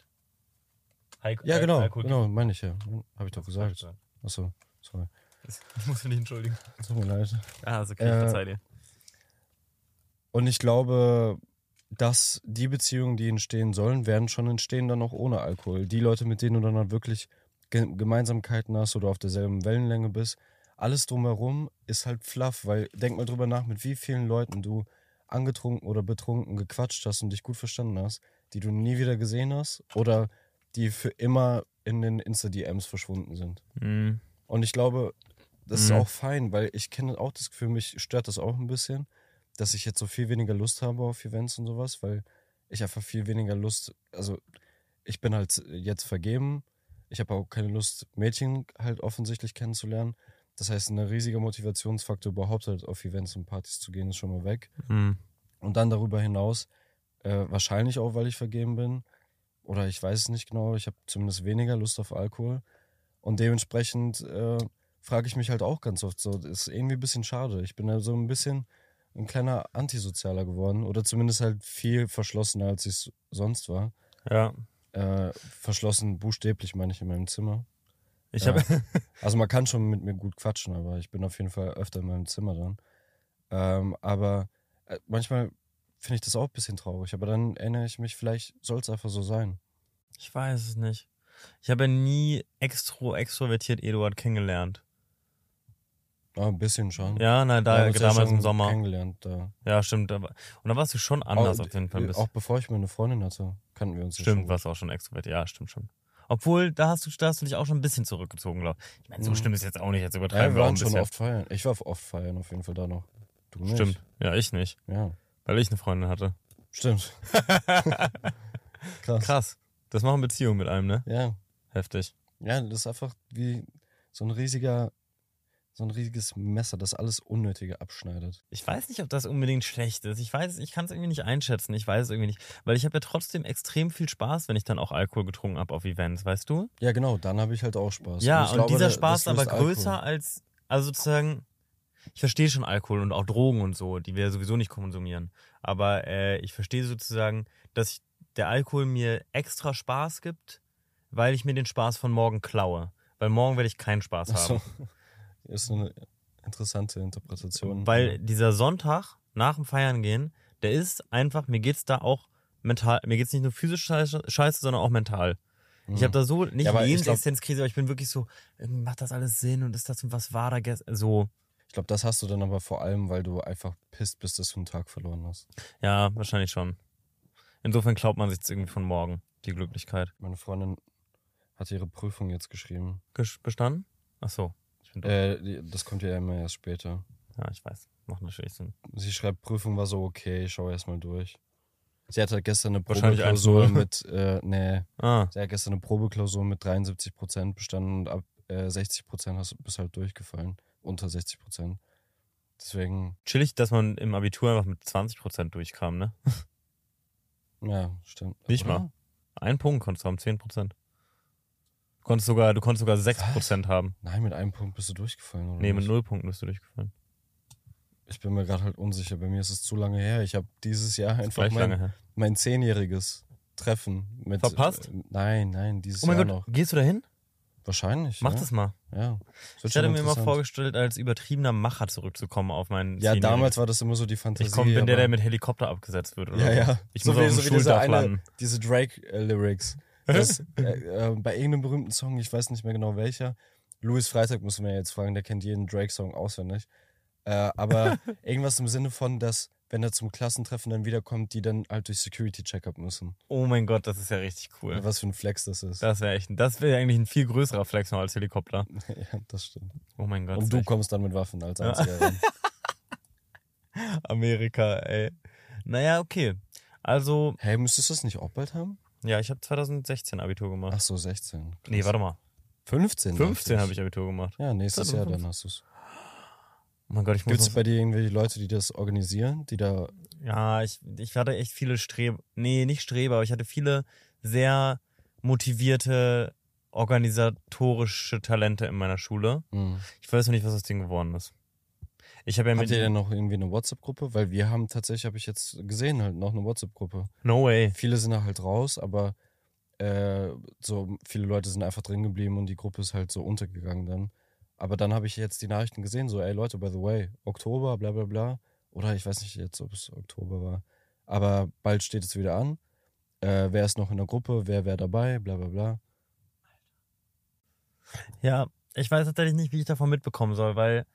Ja, genau,
Alkohol
genau, meine ich ja. Habe ich doch gesagt.
gesagt.
Achso, sorry.
Ich muss mich nicht entschuldigen.
Tut mir leid.
Ah, ist okay, ich verzeih dir.
Und ich glaube, dass die Beziehungen, die entstehen sollen, werden schon entstehen dann auch ohne Alkohol. Die Leute, mit denen du dann halt wirklich Gemeinsamkeiten hast oder auf derselben Wellenlänge bist, alles drumherum ist halt fluff, weil denk mal drüber nach, mit wie vielen Leuten du angetrunken oder betrunken gequatscht hast und dich gut verstanden hast, die du nie wieder gesehen hast oder die für immer in den Insta-DMs verschwunden sind.
Mhm.
Und ich glaube, das ist auch fein, weil ich kenne auch das Gefühl, mich stört das auch ein bisschen, dass ich jetzt so viel weniger Lust habe auf Events und sowas, weil ich einfach viel weniger Lust, also ich bin halt jetzt vergeben, ich habe auch keine Lust, Mädchen halt offensichtlich kennenzulernen. Das heißt, ein riesiger Motivationsfaktor überhaupt halt auf Events und Partys zu gehen, ist schon mal weg.
Mhm.
Und dann darüber hinaus, wahrscheinlich auch, weil ich vergeben bin, oder ich weiß es nicht genau, ich habe zumindest weniger Lust auf Alkohol. Und dementsprechend frage ich mich halt auch ganz oft so, das ist irgendwie ein bisschen schade. Ich bin ja so ein bisschen ein kleiner Antisozialer geworden oder zumindest halt viel verschlossener, als ich sonst war.
Ja.
Verschlossen, buchstäblich meine ich, in meinem Zimmer.
Ich habe
Also man kann schon mit mir gut quatschen, aber ich bin auf jeden Fall öfter in meinem Zimmer dann. Aber manchmal finde ich das auch ein bisschen traurig. Aber dann erinnere ich mich, vielleicht soll es einfach so sein.
Ich weiß es nicht. Ich habe ja nie extrovertiert Eduard kennengelernt.
Ja, ein bisschen schon.
Ja, nein,
Wir haben uns ja
damals
schon
im Sommer.
kennengelernt. Da.
Ja, stimmt. Und da warst du schon anders auf jeden Fall. Ein bisschen.
Auch bevor ich meine Freundin hatte, kannten wir uns ja
Stimmt,
schon.
warst du auch schon extrovertiert. Ja, stimmt schon. Obwohl, da hast du dich auch schon ein bisschen zurückgezogen, glaube ich. Ich meine, so schlimm ist jetzt auch nicht. Jetzt
Ja,
übertreiben
wir
wir auch ein
waren schon
bisschen.
oft feiern. Ich war oft feiern auf jeden Fall da noch. Du nicht.
Stimmt. Ja, ich nicht.
Ja,
Weil ich eine Freundin hatte.
stimmt. Krass.
Krass. Das machen Beziehungen mit einem, ne?
Ja.
Heftig.
Ja, das ist einfach wie so ein riesiges Messer, das alles Unnötige abschneidet.
Ich weiß nicht, ob das unbedingt schlecht ist. Ich kann es irgendwie nicht einschätzen. Ich weiß es irgendwie nicht. Weil ich habe ja trotzdem extrem viel Spaß, wenn ich dann auch Alkohol getrunken habe auf Events, weißt du?
Ja, genau, dann habe ich halt auch Spaß.
Ja,
ich
und
glaube,
dieser
das
Spaß ist aber
löst
größer
Alkohol.
als, also sozusagen, ich verstehe schon Alkohol und auch Drogen und so, die wir sowieso nicht konsumieren. Aber ich verstehe sozusagen, dass der Alkohol mir extra Spaß gibt, weil ich mir den Spaß von morgen klaue. Weil morgen werde ich keinen Spaß haben.
So. Ist eine interessante Interpretation.
Weil dieser Sonntag nach dem Feiern gehen, der ist einfach, mir geht's da auch mental, mir geht's nicht nur physisch scheiße, sondern auch mental. Ich habe da so, nicht
Ja, aber ich
Lebensexistenzkrise, aber ich bin wirklich so, irgendwie macht das alles Sinn und ist das und was war da gestern, so.
Ich glaube, das hast du dann aber vor allem, weil du einfach pisst bist, dass du einen Tag verloren hast.
Ja, wahrscheinlich schon. Insofern glaubt man sich das irgendwie von morgen, die Glücklichkeit.
Meine Freundin hat ihre Prüfung jetzt geschrieben.
Bestanden? Ach so. Ich bin doof.
Das kommt ja immer erst später.
Ja, ich weiß. Macht natürlich Sinn.
Sie schreibt, Prüfung war so okay, ich schaue erstmal durch. Sie hatte gestern eine
Wahrscheinlich
Probeklausur
1-0.
mit,
Ah,
sie hat gestern eine Probeklausur mit 73% bestanden und ab 60% bist halt durchgefallen. Unter 60%. Deswegen,
chillig, dass man im Abitur einfach mit 20% durchkam, ne?
ja, stimmt.
Nicht
Oder?
mal. Ein Punkt konntest du haben, 10%. Du konntest sogar 6% haben.
Nein, mit einem Punkt bist du durchgefallen, oder?
Nee, mit
nicht?
0 Punkten bist du durchgefallen.
Ich bin mir gerade halt unsicher. Bei mir ist es zu lange her. Ich habe dieses Jahr einfach
Gleich lange her.
mein 10-jähriges Treffen mit.
Verpasst?
Nein, dieses
Oh mein
Jahr
Gott,
noch.
gehst du da hin?
Wahrscheinlich.
Mach
ja.
das mal.
Ja. Das wird
Ich hatte
schon
mir immer
interessant.
vorgestellt, als übertriebener Macher zurückzukommen auf meinen
Ja,
10-Jährigen.
damals war das immer so die Fantasie.
Ich bin der
aber-
mit Helikopter abgesetzt wird. Oder
Ja,
so.
ja.
Ich
So
muss auf dem
dieser
Schuldach landen.
diese Drake-Lyrics. Bei irgendeinem berühmten Song, ich weiß nicht mehr genau welcher. Louis Freitag muss man ja jetzt fragen, der kennt jeden Drake-Song auswendig. Aber irgendwas im Sinne von, dass, wenn er zum Klassentreffen dann wiederkommt, die dann halt durch Security-Check-up müssen.
Oh mein Gott, das ist ja richtig cool.
Was für ein Flex das ist.
Das wäre eigentlich ein viel größerer Flex noch als Helikopter.
Ja, das stimmt.
Oh mein Gott.
Und
das
du
wär
kommst dann mit Waffen als einziger rein.
echt Amerika, ey. Naja, okay. Also,
Hey, müsstest du das nicht auch bald haben?
ja, ich habe 2016 Abitur gemacht.
Ach so, 16. Krass.
Nee, warte mal.
15.
15
dachte
habe ich Abitur gemacht.
Ja, nächstes Jahr
2015.
dann hast du es.
Oh mein Gott, ich muss
Gibt es
noch...
bei dir irgendwelche Leute, die das organisieren, die da...
Ja, ich hatte echt viele nicht Streber, aber ich hatte viele sehr motivierte organisatorische Talente in meiner Schule.
Hm.
Ich weiß noch nicht, was aus denen geworden ist. Ich habe ja
Habt
mit...
ihr denn noch irgendwie eine WhatsApp-Gruppe? Weil wir haben tatsächlich, habe ich jetzt gesehen, halt noch eine WhatsApp-Gruppe.
No way.
Viele sind da halt raus, aber so viele Leute sind einfach drin geblieben und die Gruppe ist halt so untergegangen dann. Aber dann habe ich jetzt die Nachrichten gesehen, so, ey Leute, by the way, Oktober, bla bla bla. Oder ich weiß nicht jetzt, ob es Oktober war. Aber bald steht es wieder an. Wer ist noch in der Gruppe, wer wäre dabei, bla bla bla.
Ja, ich weiß tatsächlich nicht, wie ich davon mitbekommen soll, weil...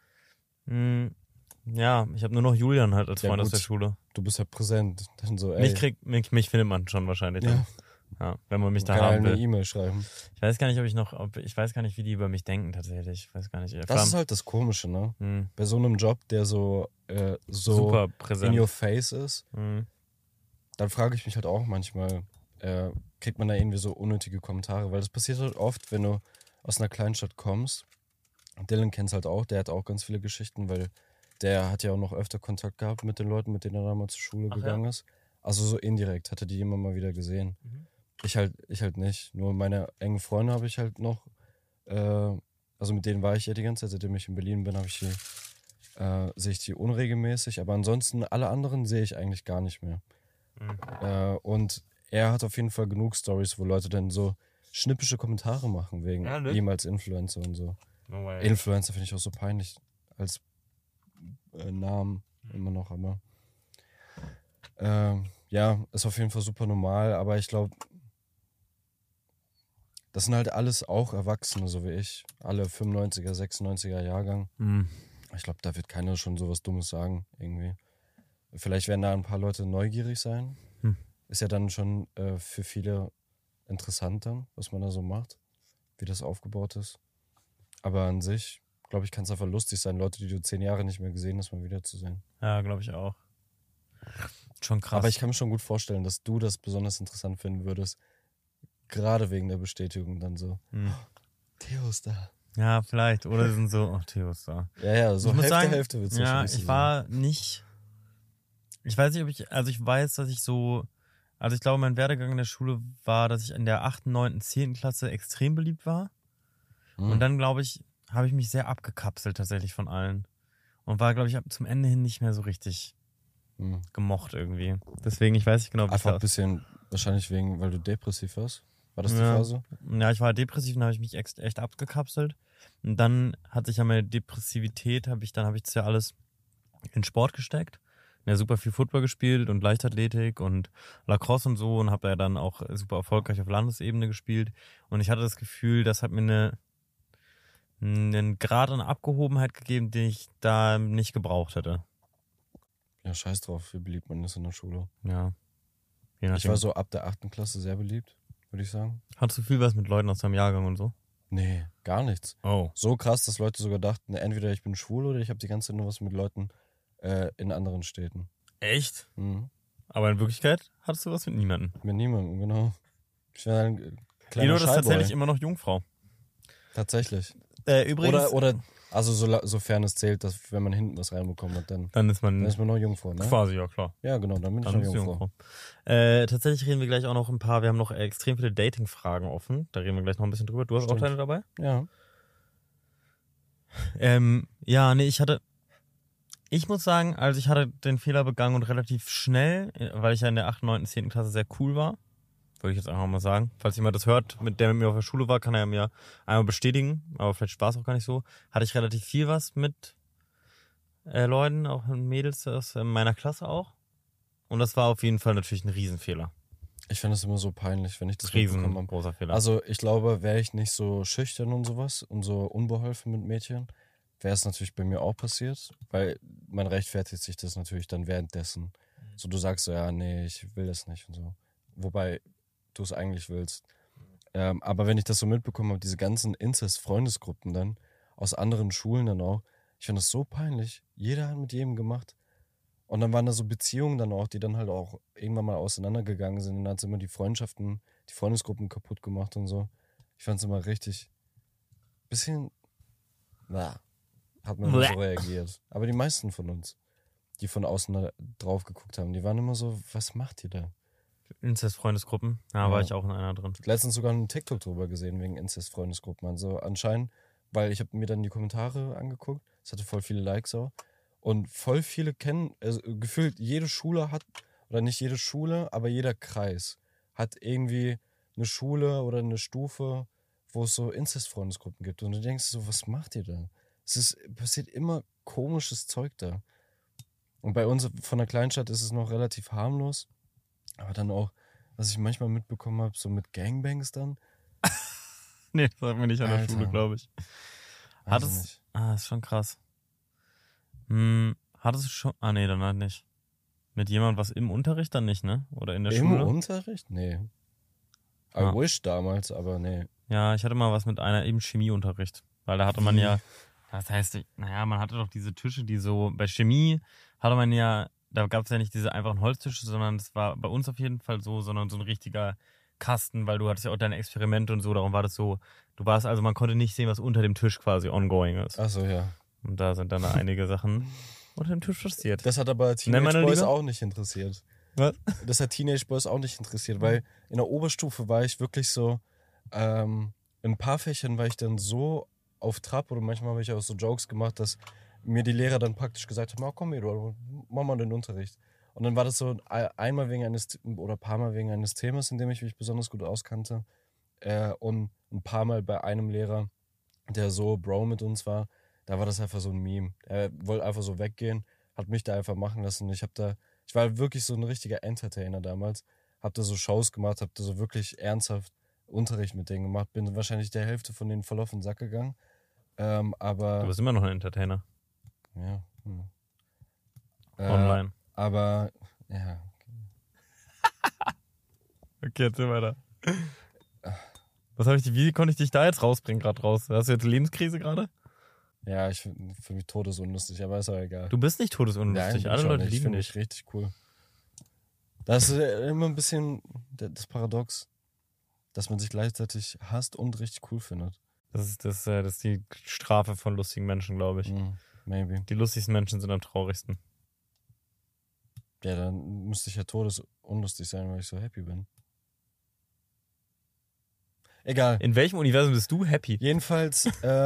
ja, ich habe nur noch Julian halt als
Ja,
Freund aus
gut.
der Schule.
Du bist ja präsent. Dann so, ey.
Mich findet man schon wahrscheinlich.
ja,
Dann. Ja, wenn man mich da
kann halt
haben
eine
will.
E-Mail schreiben.
Ich weiß gar nicht, ich weiß gar nicht, wie die über mich denken tatsächlich. Ich weiß gar nicht.
Das ist halt das Komische, ne?
Hm,
Bei so einem Job, der so
super
in
präsent.
your face ist,
Hm.
dann frage ich mich halt auch manchmal, kriegt man da irgendwie so unnötige Kommentare, weil das passiert halt oft, wenn du aus einer Kleinstadt kommst. Dylan kennt's halt auch, der hat auch ganz viele Geschichten, weil der hat ja auch noch öfter Kontakt gehabt mit den Leuten, mit denen er damals zur Schule
Ach
gegangen ist. Also so indirekt hatte die immer mal wieder gesehen.
Mhm.
Ich halt nicht. Nur meine engen Freunde habe ich halt noch, also mit denen war ich ja die ganze Zeit, seitdem ich in Berlin bin, sehe ich die unregelmäßig, aber ansonsten alle anderen sehe ich eigentlich gar nicht mehr.
Mhm.
Und er hat auf jeden Fall genug Stories, wo Leute dann so schnippische Kommentare machen wegen
Ja, ne?
ihm als Influencer und so.
No way.
Influencer finde ich auch so peinlich als Namen immer noch, aber ja, ist auf jeden Fall super normal, aber ich glaube, das sind halt alles auch Erwachsene, so wie ich. Alle 95er, 96er Jahrgang.
Hm.
Ich glaube, da wird keiner schon sowas Dummes sagen, irgendwie. Vielleicht werden da ein paar Leute neugierig sein.
Hm.
Ist ja dann schon für viele interessant dann, was man da so macht, wie das aufgebaut ist. Aber an sich, glaube ich, kann es einfach lustig sein, Leute, die du 10 Jahre nicht mehr gesehen hast, mal wiederzusehen.
Ja, glaube ich auch. Schon krass.
Aber ich kann mir schon gut vorstellen, dass du das besonders interessant finden würdest. Gerade wegen der Bestätigung dann so.
Hm.
Theo ist da.
Ja, vielleicht. Oder sie sind so, ach, Theo ist da.
Ja, so
Ich muss sagen,
Hälfte wird es
ja, ich war nicht. Ich weiß nicht, ich weiß, dass ich so. Also ich glaube, mein Werdegang in der Schule war, dass ich in der 8., 9., 10. Klasse extrem beliebt war. Und dann, glaube ich, habe ich mich sehr abgekapselt tatsächlich von allen. Und war, glaube ich, zum Ende hin nicht mehr so richtig gemocht irgendwie. Deswegen, ich weiß nicht genau, wie
einfach ein
das
bisschen, wahrscheinlich weil du depressiv warst. War das die
Ja.
Phase?
Ja, ich war depressiv und habe ich mich echt abgekapselt. Und dann hatte ich ja meine Depressivität, habe ich das ja alles in Sport gesteckt. Ja, super viel Football gespielt und Leichtathletik und Lacrosse und so und habe ja dann auch super erfolgreich auf Landesebene gespielt. Und ich hatte das Gefühl, das hat mir einen Grad an Abgehobenheit gegeben, den ich da nicht gebraucht hätte.
Ja, scheiß drauf, wie beliebt man ist in der Schule.
Ja. Je
Ich
nachdem.
war so ab der 8. Klasse sehr beliebt, würde ich sagen.
Hattest du viel was mit Leuten aus deinem Jahrgang und so?
Nee, gar nichts.
Oh.
So krass, dass Leute sogar dachten, entweder ich bin schwul oder ich habe die ganze Zeit nur was mit Leuten in anderen Städten.
Echt?
Mhm.
Aber in Wirklichkeit hattest du was mit niemandem.
Mit niemandem, genau. Ich war ein kleiner
Lino ist
Shyboy.
tatsächlich immer noch Jungfrau.
Tatsächlich.
Übrigens.
Oder also sofern es zählt, dass wenn man hinten was reinbekommen hat, dann
Dann ist man
ist man noch Jungfrau, ne?
quasi, ja klar.
Ja, genau, dann bin ich
Dann
noch
bist du
Jungfrau.
Tatsächlich reden wir gleich auch noch ein paar, wir haben noch extrem viele Dating-Fragen offen. Da reden wir gleich noch ein bisschen drüber. Du hast auch
Stimmt.
deine dabei?
Ja.
Ja, nee, ich muss sagen, also ich hatte den Fehler begangen und relativ schnell, weil ich ja in der 8., 9., 10. Klasse sehr cool war. Würde ich jetzt einfach mal sagen. Falls jemand das hört, der mit mir auf der Schule war, kann er mir einmal bestätigen. Aber vielleicht war es auch gar nicht so. Hatte ich relativ viel was mit Leuten, auch mit Mädels aus meiner Klasse auch. Und das war auf jeden Fall natürlich ein Riesenfehler.
Ich finde es immer so peinlich, wenn ich das mitbekommen habe.
Riesengroßer Fehler.
Also ich glaube, wäre ich nicht so schüchtern und sowas und so unbeholfen mit Mädchen, wäre es natürlich bei mir auch passiert, weil man rechtfertigt sich das natürlich dann währenddessen. So du sagst so, ja, nee, ich will das nicht und so. Wobei du es eigentlich willst. Aber wenn ich das so mitbekommen habe, diese ganzen Inzest-Freundesgruppen dann, aus anderen Schulen dann auch, ich finde das so peinlich. Jeder hat mit jedem gemacht. Und dann waren da so Beziehungen dann auch, die dann halt auch irgendwann mal auseinandergegangen sind. Und dann hat es immer die Freundesgruppen kaputt gemacht und so. Ich fand es immer richtig bisschen, hat man immer so reagiert. Aber die meisten von uns, die von außen da drauf geguckt haben, die waren immer so, was macht ihr da?
Inzest-Freundesgruppen,
Ja.
war ich auch in einer drin.
Letztens sogar einen TikTok drüber gesehen, wegen Inzest-Freundesgruppen. Also anscheinend, weil ich habe mir dann die Kommentare angeguckt, es hatte voll viele Likes auch. Und voll viele kennen, also gefühlt jede Schule hat, oder nicht jede Schule, aber jeder Kreis hat irgendwie eine Schule oder eine Stufe, wo es so Inzest-Freundesgruppen gibt. Und du denkst so, was macht ihr da? Passiert immer komisches Zeug da. Und bei uns von der Kleinstadt ist es noch relativ harmlos. Aber dann auch, was ich manchmal mitbekommen habe, so mit Gangbangs dann.
Nee, das hatten wir nicht an der
Alter.
Schule, glaube ich.
Weiß ich
Hattest,
nicht.
ist schon krass. Hattest du schon, nee, dann halt nicht. Mit jemandem was im Unterricht dann nicht, ne? Oder in der
Im
Schule?
Unterricht? Nee. I
Ja.
wish damals, aber nee.
Ja, ich hatte mal was mit einer im Chemieunterricht. Weil da hatte man ja, das heißt, man hatte doch diese Tische, die so, bei Chemie hatte man ja, da gab es ja nicht diese einfachen Holztische, sondern das war bei uns auf jeden Fall so, sondern so ein richtiger Kasten, weil du hattest ja auch deine Experimente und so, darum war das so, man konnte nicht sehen, was unter dem Tisch quasi ongoing ist.
Achso, ja.
Und da sind dann einige Sachen unter dem Tisch passiert.
Das hat aber
meine
Teenage Boys
Liebe?
auch nicht interessiert.
Was?
Das hat Teenage Boys auch nicht interessiert, weil in der Oberstufe war ich wirklich so, in ein paar Fächern war ich dann so auf Trab oder manchmal habe ich auch so Jokes gemacht, dass mir die Lehrer dann praktisch gesagt haben, komm Eduardo, mach mal den Unterricht. Und dann war das so einmal wegen eines oder ein paar Mal wegen eines Themas, in dem ich mich besonders gut auskannte. Und ein paar Mal bei einem Lehrer, der so Bro mit uns war, da war das einfach so ein Meme. Er wollte einfach so weggehen, hat mich da einfach machen lassen. Ich war wirklich so ein richtiger Entertainer damals. Hab da so Shows gemacht, hab da so wirklich ernsthaft Unterricht mit denen gemacht. Bin wahrscheinlich der Hälfte von denen voll auf den Sack gegangen. Aber
Du bist immer noch ein Entertainer.
ja.
Online.
Aber ja.
Okay, erzähl weiter. Wie konnte ich dich da jetzt rausbringen, gerade raus? Hast du jetzt Lebenskrise gerade?
Ja, ich finde mich todesunlustig, aber ist auch egal.
Du bist nicht todesunlustig.
bin
Alle
ich auch
Leute
nicht. Ich
lieben
finde
dich.
mich richtig cool. Das ist immer ein bisschen das Paradox, dass man sich gleichzeitig hasst und richtig cool findet.
Das ist die Strafe von lustigen Menschen, glaube ich.
Maybe.
Die lustigsten Menschen sind am traurigsten.
Ja, dann müsste ich ja todesunlustig sein, weil ich so happy bin. Egal.
In welchem Universum bist du happy?
Jedenfalls,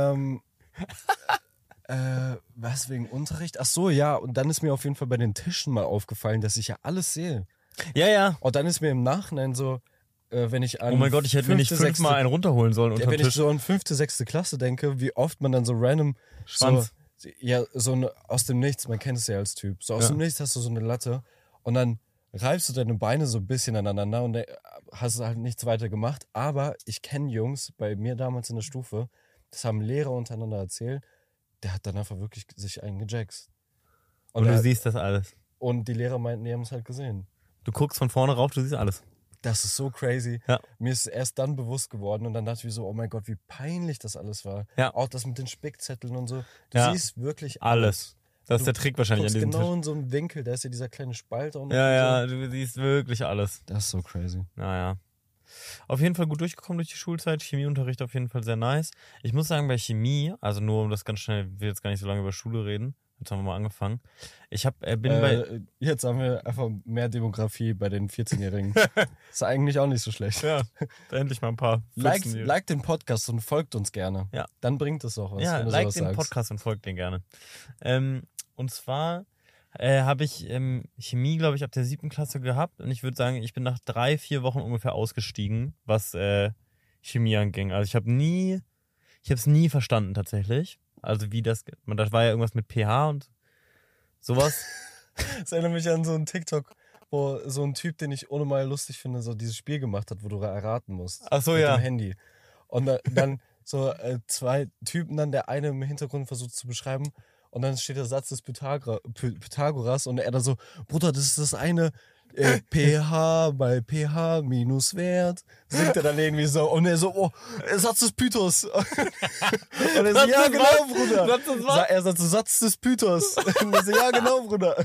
was wegen Unterricht? Ach so, ja, und dann ist mir auf jeden Fall bei den Tischen mal aufgefallen, dass ich ja alles sehe.
Ja, ja.
Und dann ist mir im Nachhinein so, wenn ich an
Oh mein Gott, ich hätte mir nicht 5-mal einen runterholen sollen
ja,
unterm
wenn ich
Tisch.
so an 5., 6. Klasse denke, wie oft man dann so random
Schwanz.
aus dem Nichts, man kennt es ja als Typ, so aus
Ja.
dem Nichts hast du so eine Latte und dann reibst du deine Beine so ein bisschen aneinander und hast halt nichts weiter gemacht. Aber ich kenne Jungs, bei mir damals in der Stufe, das haben Lehrer untereinander erzählt, der hat dann einfach wirklich sich einen gejackst.
Und du
er-
siehst das alles.
und die Lehrer meinten, die haben es halt gesehen.
Du guckst von vorne rauf, du siehst alles.
Das ist so crazy.
Ja.
Mir ist erst dann bewusst geworden und dann dachte ich mir so, oh mein Gott, wie peinlich das alles war.
Ja.
Auch das mit den Spickzetteln und so. Du
Ja.
siehst wirklich
Alles. Das ist
Du
der Trick wahrscheinlich an
guckst
diesem
genau
Tisch.
in so einem Winkel, da ist ja dieser kleine Spalt. Und
Ja,
so.
du siehst wirklich alles.
Das ist so crazy.
Naja. Auf jeden Fall gut durchgekommen durch die Schulzeit. Chemieunterricht auf jeden Fall sehr nice. Ich muss sagen, bei Chemie, also nur um das ganz schnell, ich will jetzt gar nicht so lange über Schule reden. Jetzt haben wir mal angefangen. Ich
Jetzt haben wir einfach mehr Demografie bei den 14-Jährigen. Ist eigentlich auch nicht so schlecht.
Ja, endlich mal ein paar.
Like den Podcast und folgt uns gerne.
Ja.
Dann bringt es auch was.
Ja,
wenn du
like
sowas
den
sagst.
Podcast und folgt den gerne. Und zwar habe ich Chemie, glaube ich, ab der 7. Klasse gehabt. Und ich würde sagen, ich bin nach 3-4 Wochen ungefähr ausgestiegen, was Chemie anging. Also ich habe es nie verstanden tatsächlich. Also wie das war ja irgendwas mit pH und sowas.
Das erinnert mich an so einen TikTok, wo so ein Typ, den ich ohne mal lustig finde, so dieses Spiel gemacht hat, wo du erraten musst.
Ach so,
mit
ja.
dem Handy. Und dann so 2 Typen, dann der eine im Hintergrund versucht zu beschreiben. Und dann steht der Satz des Pythagoras und er da so, Bruder, das ist das eine pH bei pH minus Wert. Singt er dann irgendwie so. Und er so, oh, Satz des Pythos. Und er so, ja genau, Bruder. Er sagt so, Satz des Pythos. Und er so, ja genau, Bruder.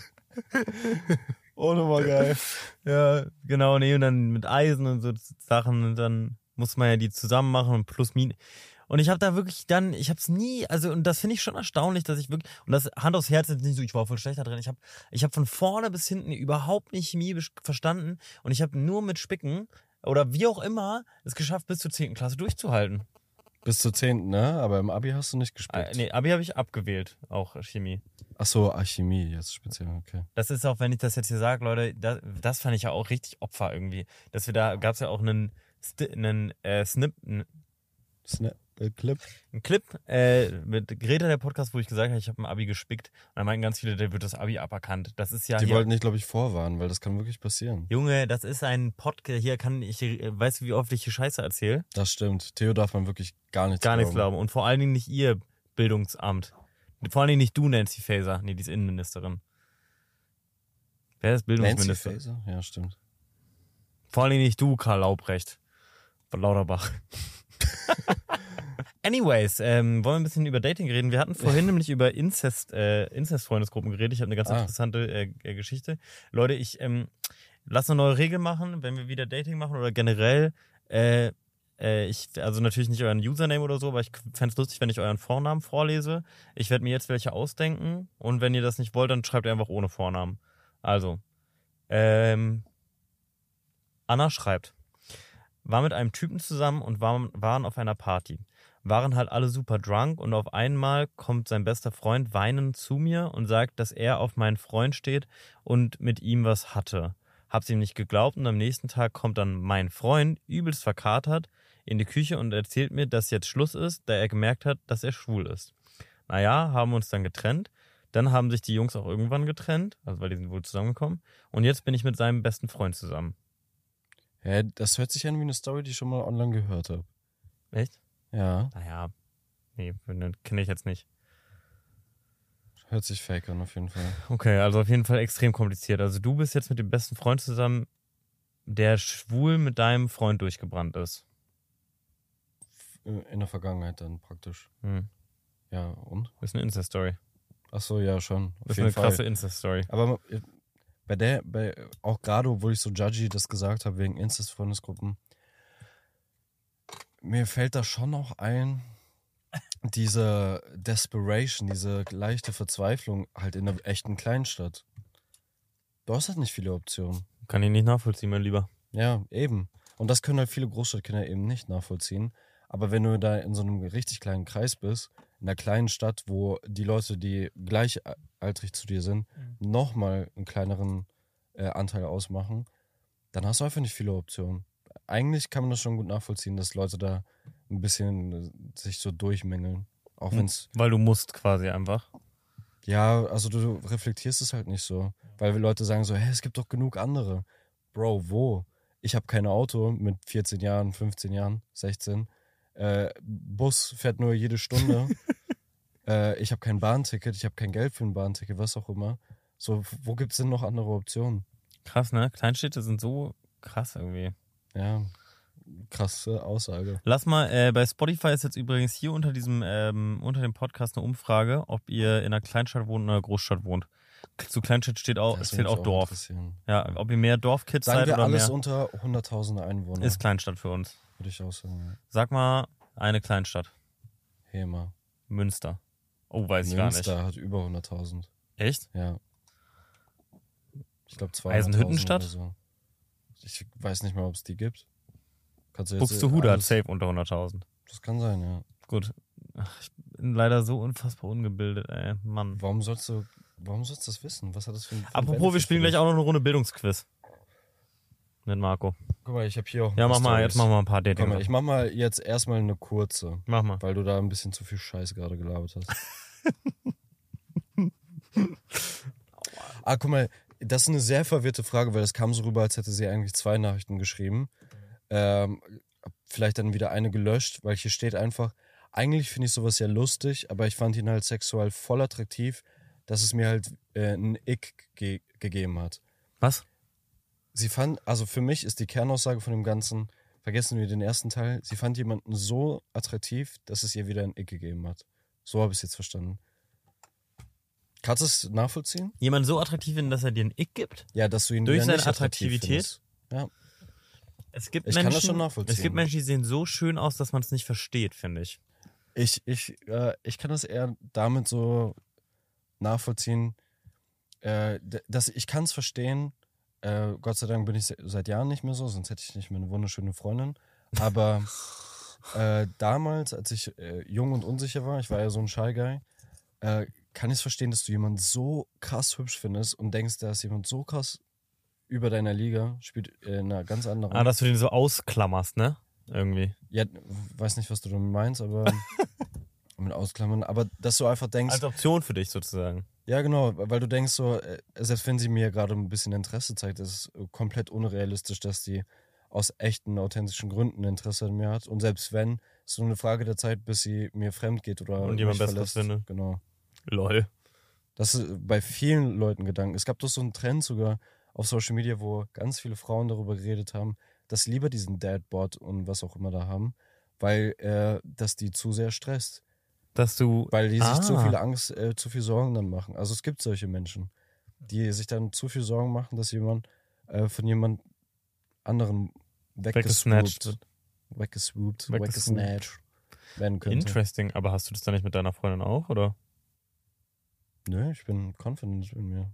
Oh, nochmal geil.
Ja, genau, nee, und dann mit Eisen und so Sachen und dann muss man ja die zusammen machen und plus minus. Und ich habe da wirklich ich habe es nie, also und das finde ich schon erstaunlich, dass ich wirklich, und das Hand aufs Herz ist nicht so, ich war voll schlechter drin, ich hab von vorne bis hinten überhaupt nicht Chemie verstanden und ich habe nur mit Spicken oder wie auch immer es geschafft, bis zur 10. Klasse durchzuhalten.
Bis zur 10., ne? Aber im Abi hast du nicht gespielt.
Nee, Abi habe ich abgewählt, auch Chemie.
Ach so, Chemie jetzt speziell, okay.
Das ist auch, wenn ich das jetzt hier sage, Leute, das fand ich ja auch richtig Opfer irgendwie. Dass wir da, gab es ja auch einen
Clip.
Ein Clip mit Greta, der Podcast, wo ich gesagt habe, ich habe ein Abi gespickt. Und dann meinten ganz viele, der wird das Abi aberkannt. Das ist ja
Die
hier,
wollten dich, glaube ich, vorwarnen, weil das kann wirklich passieren.
Junge, das ist ein Podcast, weißt du, wie oft ich hier Scheiße erzähle?
Das stimmt. Theo darf man wirklich gar nichts
glauben. Und vor allen Dingen nicht ihr Bildungsamt. Vor allen Dingen nicht du, Nancy Faeser. Nee, die ist Innenministerin. Wer ist Bildungsminister?
Nancy Faeser? Ja, stimmt.
Vor allen Dingen nicht du, Karl Laubrecht. Von Lauterbach. Anyways, wollen wir ein bisschen über Dating reden? Wir hatten vorhin nämlich über Inzest-Freundesgruppen geredet. Ich habe eine ganz interessante Geschichte. Leute, ich lasse eine neue Regel machen, wenn wir wieder Dating machen oder generell. Also natürlich nicht euren Username oder so, aber ich fände es lustig, wenn ich euren Vornamen vorlese. Ich werde mir jetzt welche ausdenken und wenn ihr das nicht wollt, dann schreibt ihr einfach ohne Vornamen. Also, Anna schreibt, war mit einem Typen zusammen und waren auf einer Party. Waren halt alle super drunk und auf einmal kommt sein bester Freund weinend zu mir und sagt, dass er auf meinen Freund steht und mit ihm was hatte. Hab's ihm nicht geglaubt und am nächsten Tag kommt dann mein Freund, übelst verkatert, in die Küche und erzählt mir, dass jetzt Schluss ist, da er gemerkt hat, dass er schwul ist. Naja, haben uns dann getrennt. Dann haben sich die Jungs auch irgendwann getrennt, also weil die sind wohl zusammengekommen. Und jetzt bin ich mit seinem besten Freund zusammen.
Ja, das hört sich an wie eine Story, die ich schon mal online gehört habe.
Echt?
Ja.
Naja, nee, kenne ich jetzt nicht.
Hört sich fake an, auf jeden Fall.
Okay, also auf jeden Fall extrem kompliziert. Also du bist jetzt mit dem besten Freund zusammen, der schwul mit deinem Freund durchgebrannt ist.
In der Vergangenheit dann praktisch. Ja, und?
Das ist eine Insta-Story.
Ach so, ja, schon.
Das ist eine krasse Insta-Story.
Aber auch gerade, obwohl ich so judgy das gesagt habe, wegen Insta-Freundesgruppen, mir fällt da schon noch ein, diese Desperation, diese leichte Verzweiflung halt in einer echten Kleinstadt. Du hast halt nicht viele Optionen.
Kann ich nicht nachvollziehen, mein Lieber.
Ja, eben. Und das können halt viele Großstadtkinder eben nicht nachvollziehen. Aber wenn du da in so einem richtig kleinen Kreis bist, in einer kleinen Stadt, wo die Leute, die gleichaltrig zu dir sind, nochmal einen kleineren Anteil ausmachen, dann hast du einfach nicht viele Optionen. Eigentlich kann man das schon gut nachvollziehen, dass Leute da ein bisschen sich so durchmengeln. Auch wenn's.
Weil du musst quasi einfach.
Ja, also du reflektierst es halt nicht so. Weil Leute sagen so, es gibt doch genug andere. Bro, wo? Ich habe kein Auto mit 14 Jahren, 15 Jahren, 16. Bus fährt nur jede Stunde. Ich habe kein Bahnticket, ich habe kein Geld für ein Bahnticket, was auch immer. So, wo gibt es denn noch andere Optionen?
Krass, ne? Kleinstädte sind so krass irgendwie.
Ja, krasse Aussage.
Lass mal, bei Spotify ist jetzt übrigens hier unter dem Podcast eine Umfrage, ob ihr in einer Kleinstadt wohnt oder einer Großstadt wohnt. Zu Kleinstadt zählt auch Dorf. Ja, ob ihr mehr Dorfkids
Sagen
seid
wir
oder
alles
mehr.
unter 100.000 Einwohner.
Ist Kleinstadt für uns.
Würde ich auch sagen. Ja.
Sag mal eine Kleinstadt.
Hema.
Münster. Oh, weiß ich gar nicht.
Münster hat über 100.000.
Echt?
Ja. Ich glaube 200.000
Eisenhüttenstadt?
oder so. Ich weiß nicht mal, ob es die gibt. Kannst du jetzt
Buxtehude hat
alles-
safe unter 100.000.
Das kann sein, ja.
Gut. Ach, ich bin leider so unfassbar ungebildet, ey. Mann.
Warum sollst du das wissen? Was hat das für ein
Apropos, wir
Benefit
spielen
für
gleich
dich?
auch noch eine Runde Bildungsquiz. Mit Marco.
Guck mal, ich habe hier auch
Ja,
ein
mach
paar
mal, jetzt
Storys.
machen wir ein paar Dating.
Guck mal, ich mach mal jetzt erstmal eine kurze,
Mach mal.
weil du da ein bisschen zu viel Scheiß gerade gelabert hast. Guck mal, das ist eine sehr verwirrte Frage, weil das kam so rüber, als hätte sie eigentlich 2 Nachrichten geschrieben. Vielleicht dann wieder eine gelöscht, weil hier steht einfach, eigentlich finde ich sowas ja lustig, aber ich fand ihn halt sexuell voll attraktiv, dass es mir halt ein Ick gegeben hat.
Was?
Sie fand, also für mich ist die Kernaussage von dem Ganzen, vergessen wir den ersten Teil, sie fand jemanden so attraktiv, dass es ihr wieder ein Ick gegeben hat. So habe ich es jetzt verstanden. Kannst du es nachvollziehen?
Jemand so attraktiv finden, dass er dir einen Ick gibt?
Ja, dass du ihn
Durch
wieder
seine
nicht attraktiv
Attraktivität?
findest. Ja.
Es gibt
Ich
Menschen,
kann das schon nachvollziehen.
Es gibt Menschen, die sehen so schön aus, dass man es nicht versteht, finde ich.
Ich kann das eher damit so nachvollziehen, dass ich kann es verstehen. Gott sei Dank bin ich seit Jahren nicht mehr so, sonst hätte ich nicht mehr eine wunderschöne Freundin. Aber damals, als ich jung und unsicher war, ich war ja so ein Shy Guy, kann ich es verstehen, dass du jemanden so krass hübsch findest und denkst, da ist jemand so krass über deiner Liga, spielt in einer ganz anderen.
Dass du den so ausklammerst, ne? Irgendwie.
Ja, weiß nicht, was du damit meinst, aber mit Ausklammern. Aber dass du einfach denkst.
Als Option für dich sozusagen.
Ja, genau, weil du denkst so, selbst wenn sie mir gerade ein bisschen Interesse zeigt, ist es komplett unrealistisch, dass sie aus echten, authentischen Gründen Interesse an mir hat. Und selbst wenn, ist es nur eine Frage der Zeit, bis sie mir fremd geht oder
Und jemand
mich
Besseres
verlässt.
findet.
Genau.
Lol.
Das ist bei vielen Leuten Gedanken. Es gab doch so einen Trend sogar auf Social Media, wo ganz viele Frauen darüber geredet haben, dass sie lieber diesen Dadbot und was auch immer da haben, weil das die zu sehr stresst.
Dass du.
Weil die sich zu viel Angst, zu viel Sorgen dann machen. Also es gibt solche Menschen, die sich dann zu viel Sorgen machen, dass jemand von jemand anderem weggesnatcht werden könnte.
Interesting. Aber hast du das dann nicht mit deiner Freundin auch, oder?
Nö, ich bin confident in mir.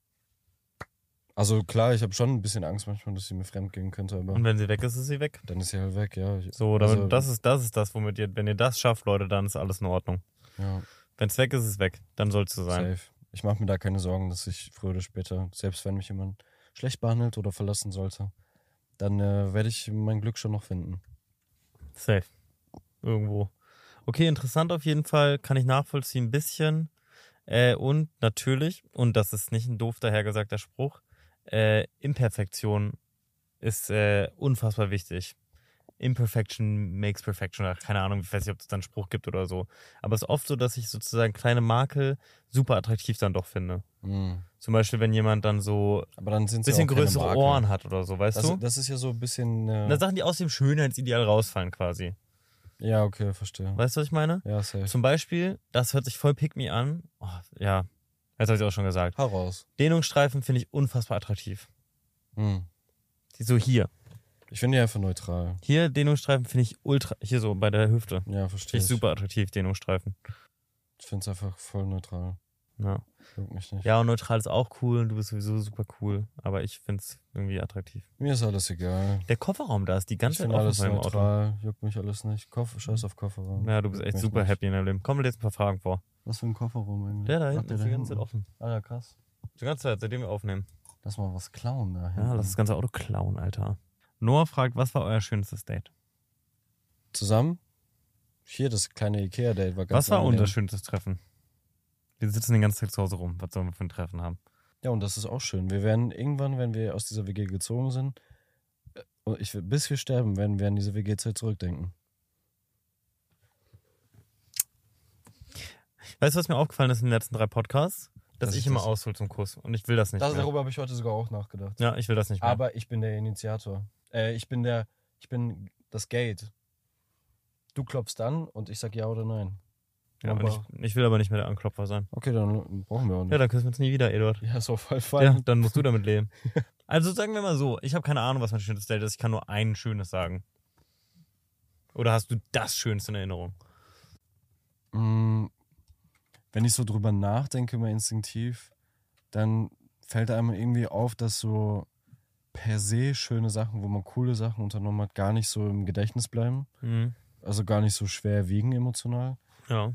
Also klar, ich habe schon ein bisschen Angst manchmal, dass sie mir fremd gehen könnte, aber
Und wenn sie weg ist, ist sie weg.
dann ist sie halt weg, ja.
So, damit,
Also,
das ist das, womit ihr, wenn ihr das schafft, Leute, dann ist alles in Ordnung.
ja,
Wenn es weg ist, ist es weg. Dann soll es so sein.
safe. Ich mache mir da keine Sorgen, dass ich früher oder später, selbst wenn mich jemand schlecht behandelt oder verlassen sollte, dann werde ich mein Glück schon noch finden.
Safe. Irgendwo. Okay, interessant auf jeden Fall. Kann ich nachvollziehen, ein bisschen. Und natürlich, und das ist nicht ein doof dahergesagter Spruch, Imperfektion ist unfassbar wichtig. Imperfection makes perfection. Ach, keine Ahnung, ich weiß nicht, ob es da einen Spruch gibt oder so. Aber es ist oft so, dass ich sozusagen kleine Makel super attraktiv dann doch finde.
Mhm.
Zum Beispiel, wenn jemand dann so
Aber dann sind
ein
es ja
bisschen
auch keine
größere
Makel.
Ohren hat oder so, weißt du?
Das ist ja so ein bisschen...
Da Sachen, die aus dem Schönheitsideal rausfallen quasi.
ja, okay, verstehe.
Weißt du, was ich meine?
Ja, safe.
Zum Beispiel, das hört sich voll pick me an. Oh, ja, jetzt habe ich auch schon gesagt.
Hau raus.
Dehnungsstreifen finde ich unfassbar attraktiv.
Mhm.
Die so hier.
Ich finde die einfach neutral.
Hier Dehnungsstreifen finde ich ultra, hier so bei der Hüfte.
Ja,
Finde
verstehe
ich super attraktiv, Dehnungsstreifen.
Ich finde es einfach voll neutral.
Ja.
Juckt mich nicht.
Ja, und neutral ist auch cool und du bist sowieso super cool. Aber ich finde es irgendwie attraktiv.
Mir ist alles egal.
Der Kofferraum da ist die
Ich
ganze Zeit
finde
offen
alles
vor dem Auto.
neutral. Juckt mich alles nicht. Scheiß auf Kofferraum.
Ja, du bist
Juckt
echt
mich
super
nicht.
happy in deinem Leben. Komm, jetzt ein paar Fragen vor.
Was für ein Kofferraum eigentlich?
Der da
Ach,
hinten ist die ganze Zeit offen.
Ah ja, krass.
Die ganze Zeit, seitdem wir aufnehmen.
Lass mal was klauen da.
Ja,
hinten.
lass das ganze Auto klauen, Alter. Noah fragt, was war euer schönstes Date?
Zusammen? Hier, das kleine Ikea-Date war ganz
Was war
angenehm.
unser schönstes Treffen? Wir sitzen den ganzen Tag zu Hause rum. Was sollen wir für ein Treffen haben?
Ja, und das ist auch schön. Wir werden irgendwann, wenn wir aus dieser WG gezogen sind, bis wir sterben, werden wir an diese WG-Zeit zurückdenken.
Weißt du, was mir aufgefallen ist in den letzten 3 Podcasts? dass ich immer aushol zum Kuss. Und ich will das nicht mehr.
Darüber habe ich heute sogar auch nachgedacht.
Ja, ich will das nicht mehr.
Aber ich bin der Initiator. Ich bin das Gate. Du klopfst an und ich sag ja oder nein.
Ja, und ich will aber nicht mehr der Anklopfer sein.
Okay, dann brauchen wir auch nicht.
Ja, dann küssen wir uns nie wieder, Eduard.
Ja, ist auch voll
Ja,
fein.
dann musst du damit leben. Also sagen wir mal so, ich habe keine Ahnung, was mein schönstes Date ist. Ich kann nur ein schönes sagen. Oder hast du das Schönste in Erinnerung?
Wenn ich so drüber nachdenke, immer instinktiv, dann fällt einem irgendwie auf, dass so per se schöne Sachen, wo man coole Sachen unternommen hat, gar nicht so im Gedächtnis bleiben.
Mhm.
Also gar nicht so schwer wiegen emotional.
Ja.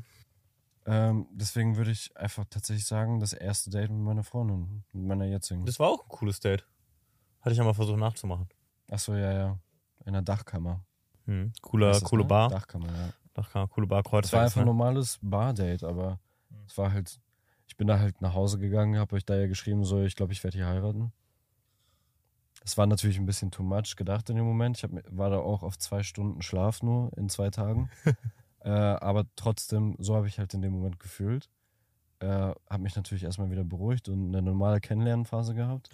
Deswegen würde ich einfach tatsächlich sagen, das erste Date mit meiner Freundin, mit meiner jetzigen.
Das war auch ein cooles Date. Hatte ich ja mal versucht nachzumachen.
Achso, ja. In der Dachkammer.
Coole Bar.
Dachkammer, ja.
Dachkammer, coole Bar,
Es war
Kreuzberg.
einfach ein normales Bar-Date, aber es war halt, ich bin da halt nach Hause gegangen, habe euch da ja geschrieben, so, ich glaube, ich werde hier heiraten. Das war natürlich ein bisschen too much gedacht in dem Moment. War da auch auf 2 Stunden Schlaf nur in 2 Tagen. Aber trotzdem, so habe ich halt in dem Moment gefühlt. Habe mich natürlich erstmal wieder beruhigt und eine normale Kennenlernphase gehabt.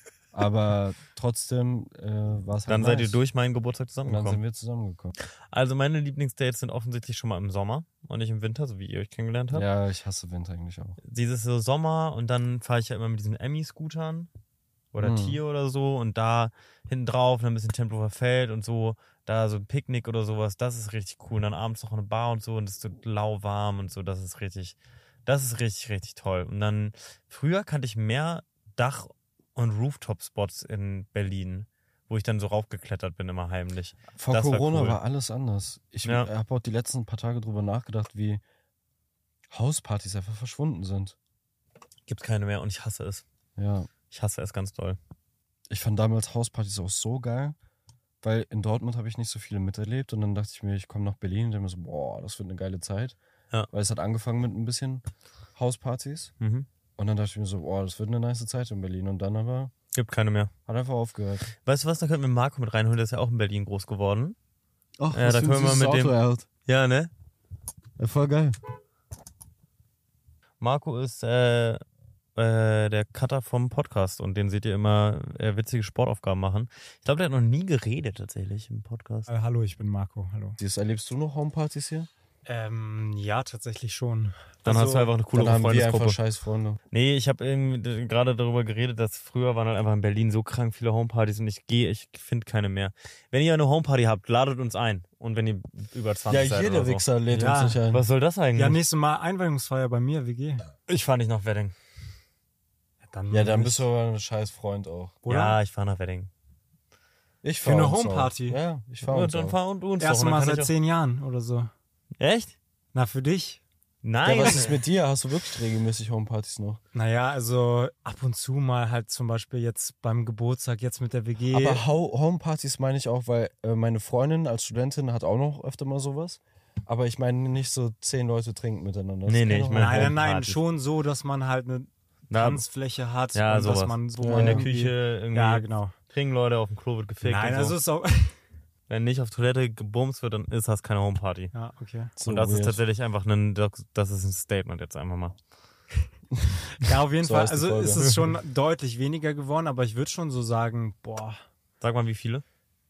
Aber trotzdem war es halt
Dann
nice.
seid ihr durch meinen Geburtstag
Und dann
zusammengekommen.
sind wir zusammengekommen.
Also meine Lieblingsdates sind offensichtlich schon mal im Sommer und nicht im Winter, so wie ihr euch kennengelernt habt.
Ja, ich hasse Winter eigentlich auch.
Dieses so Sommer und dann fahre ich ja immer mit diesen Emmy-Scootern oder Tier oder so und da hinten drauf ein bisschen Tempelhofer Feld und so, da so ein Picknick oder sowas, das ist richtig cool. Und dann abends noch eine Bar und so und es ist so lauwarm und so, das ist richtig, richtig toll. Und dann, früher kannte ich mehr Dach- und Rooftop-Spots in Berlin, wo ich dann so raufgeklettert bin, immer heimlich.
Vor
Das war
Corona
cool.
war alles anders. Ich
Ja.
habe auch die letzten paar Tage drüber nachgedacht, wie Hauspartys einfach verschwunden sind.
Gibt's keine mehr und ich hasse es.
Ja.
Ich hasse es ganz doll.
Ich fand damals Hauspartys auch so geil, weil in Dortmund habe ich nicht so viele miterlebt und dann dachte ich mir, ich komme nach Berlin und dachte mir so, boah, das wird eine geile Zeit.
Ja.
Weil es hat angefangen mit ein bisschen Hauspartys
Mhm.
und dann dachte ich mir so, boah, das wird eine nice Zeit in Berlin und dann aber
Gibt keine mehr.
hat einfach aufgehört.
Weißt du was, da könnten wir Marco mit reinholen, der ist ja auch in Berlin groß geworden.
Ach,
Ja, da können wir mal mit dem-
er hat.
Ja, ne?
Ja, voll geil.
Marco ist der Cutter vom Podcast und den seht ihr immer witzige Sportaufgaben machen. Ich glaube, der hat noch nie geredet tatsächlich im Podcast.
Hallo, ich bin Marco. Hallo.
Erlebst du noch Homepartys hier?
Ja, tatsächlich schon.
Dann hast du einfach eine coole
Dann haben wir einfach
Freundesgruppe.
scheiß Freunde.
Nee, ich habe irgendwie gerade darüber geredet, dass früher waren halt einfach in Berlin so krank viele Homepartys und ich finde keine mehr. Wenn ihr eine Homeparty habt, ladet uns ein. Und wenn ihr über 20 seid
jeder
oder so.
Wichser lädt
Ja.
uns nicht ein.
Was soll das eigentlich?
Ja, nächstes Mal Einweihungsfeier bei mir, WG.
Ich fahre nicht nach Wedding.
Ja, dann bist du aber ein scheiß Freund auch.
Oder?
Ja, ich fahre nach Wedding.
Ich
Für eine
uns
Homeparty?
auch. Ja, ich fahr
Ja,
uns
dann
auch.
fahr und du uns
Erste
doch.
Mal
Und dann
seit
kann
10 Jahren oder so.
ich auch- Echt?
Na, für dich?
Nein.
Ja, was ist mit dir? Hast du wirklich regelmäßig Homepartys noch?
Naja, also ab und zu mal halt zum Beispiel jetzt beim Geburtstag, jetzt mit der WG.
Aber Homepartys meine ich auch, weil meine Freundin als Studentin hat auch noch öfter mal sowas. Aber ich meine nicht so 10 Leute trinken miteinander. Das
Nee,
ist
nee,
keine
ich meine
nein,
Homepartys.
schon so, dass man halt eine
Na,
Tanzfläche hat.
ja,
und
sowas.
dass man so
Ja,
in der
irgendwie-
Küche irgendwie
Ja, genau.
trinken Leute, auf dem Klo wird gefickt
Nein,
und
also
so.
ist auch...
Wenn nicht auf Toilette gebumst wird, dann ist das keine Homeparty.
Ja, okay.
so
Und das ist
weird.
tatsächlich einfach das ist ein Statement jetzt einfach mal.
Ja, auf jeden
So
Fall.
heißt die
Also
Folge.
ist es schon deutlich weniger geworden, aber ich würde schon so sagen,
Sag mal, wie viele?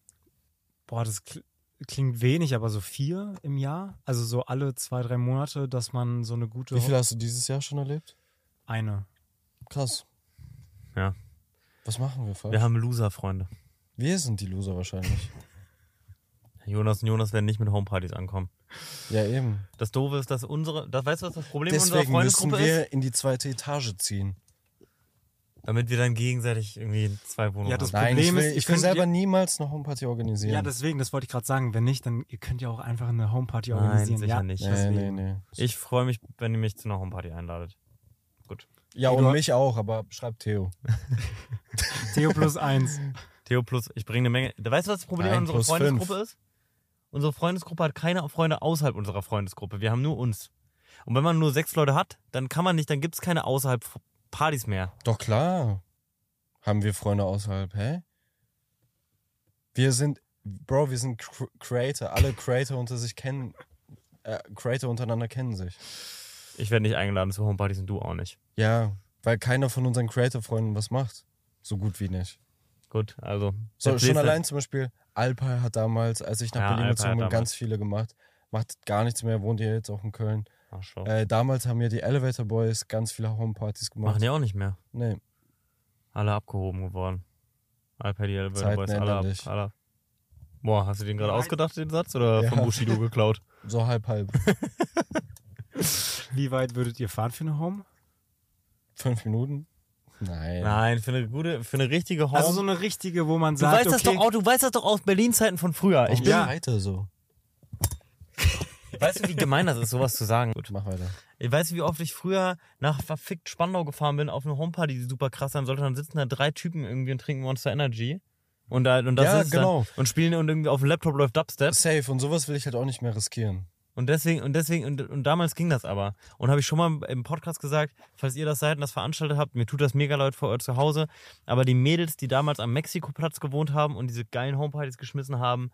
das klingt wenig, aber so 4 im Jahr. Also so alle 2-3 Monate, dass man so eine gute...
Wie viel hast du dieses Jahr schon erlebt?
Eine.
Krass.
Ja.
Was machen wir falsch?
Wir haben Loser-Freunde.
Wir sind die Loser wahrscheinlich.
Jonas und Jonas werden nicht mit Homepartys ankommen.
Ja, eben.
Das Doofe ist, dass weißt du, was das Problem unserer
Deswegen müssen
Freundesgruppe ist?
wir in die 2. Etage ziehen.
Damit wir dann gegenseitig irgendwie 2 Wohnungen
Ja, das
haben.
Nein,
Problem
ich
ist,
will,
ihr
ich will
könnt
selber
ja-
niemals eine Homeparty organisieren.
Ja, deswegen, das wollte ich gerade sagen. Wenn nicht, dann ihr könnt ja auch einfach eine Homeparty
Nein,
organisieren.
sicher
ja,
nicht.
nee,
deswegen.
nee.
Ich freue mich, wenn ihr mich zu einer Homeparty einladet.
Ja, und mich auch, aber schreibt Theo.
Theo plus 1.
Theo plus, ich bringe eine Menge. Weißt du, was das Problem
Nein,
an unserer
plus
Freundesgruppe
5.
ist? Unsere Freundesgruppe hat keine Freunde außerhalb unserer Freundesgruppe. Wir haben nur uns. Und wenn man nur 6 Leute hat, dann dann gibt es keine außerhalb Partys mehr.
Doch klar. Haben wir Freunde außerhalb, hä? Wir sind Creator. Alle Creator unter sich kennen. Creator untereinander kennen sich.
Ich werde nicht eingeladen zu Homepartys und du auch nicht.
Ja, Weil keiner von unseren Creator-Freunden was macht. So gut wie nicht.
Gut, also.
So,
jetzt
schon
lest-
allein zum Beispiel, Alpay hat damals, als ich nach
Ja,
Berlin
Alpay
gezogen
hat
bin,
damals.
ganz viele gemacht. Macht gar nichts mehr, wohnt ihr jetzt auch in Köln.
Ach, schau.
Damals haben ja die Elevator Boys ganz viele Homepartys gemacht.
Machen die auch nicht mehr.
Nee,
Alle abgehoben geworden. Alpay, die Elevator
Zeiten
Boys,
ändern
alle.
sich.
Alle. Boah, hast du den gerade
Nein.
ausgedacht, den Satz? Oder
Ja.
von Bushido geklaut?
so halb.
Wie weit würdet ihr fahren für eine Home?
5 Minuten? Nein.
Nein, für eine richtige Home.
Also so eine richtige, wo man
du
sagt,
weißt das
okay,
doch auch, du weißt das doch aus Berlin-Zeiten von früher. Ich
Ich
bin,
bin
Ja.
weiter so.
weißt du, wie gemein das ist, sowas zu sagen? Gut.
Mach weiter.
Ich weiß, wie oft ich früher nach verfickt Spandau gefahren bin auf eine Homeparty, die super krass sein sollte. Dann sitzen da 3 Typen irgendwie und trinken Monster Energy. Und das
Ja,
ist
genau.
Dann, und spielen und irgendwie auf dem Laptop läuft Dubstep.
Safe. Und sowas will ich halt auch nicht mehr riskieren.
Und damals ging das aber. Und habe ich schon mal im Podcast gesagt, falls ihr das seid und das veranstaltet habt, mir tut das mega leid für euch zu Hause. Aber die Mädels, die damals am Mexikoplatz gewohnt haben und diese geilen Homepartys geschmissen haben,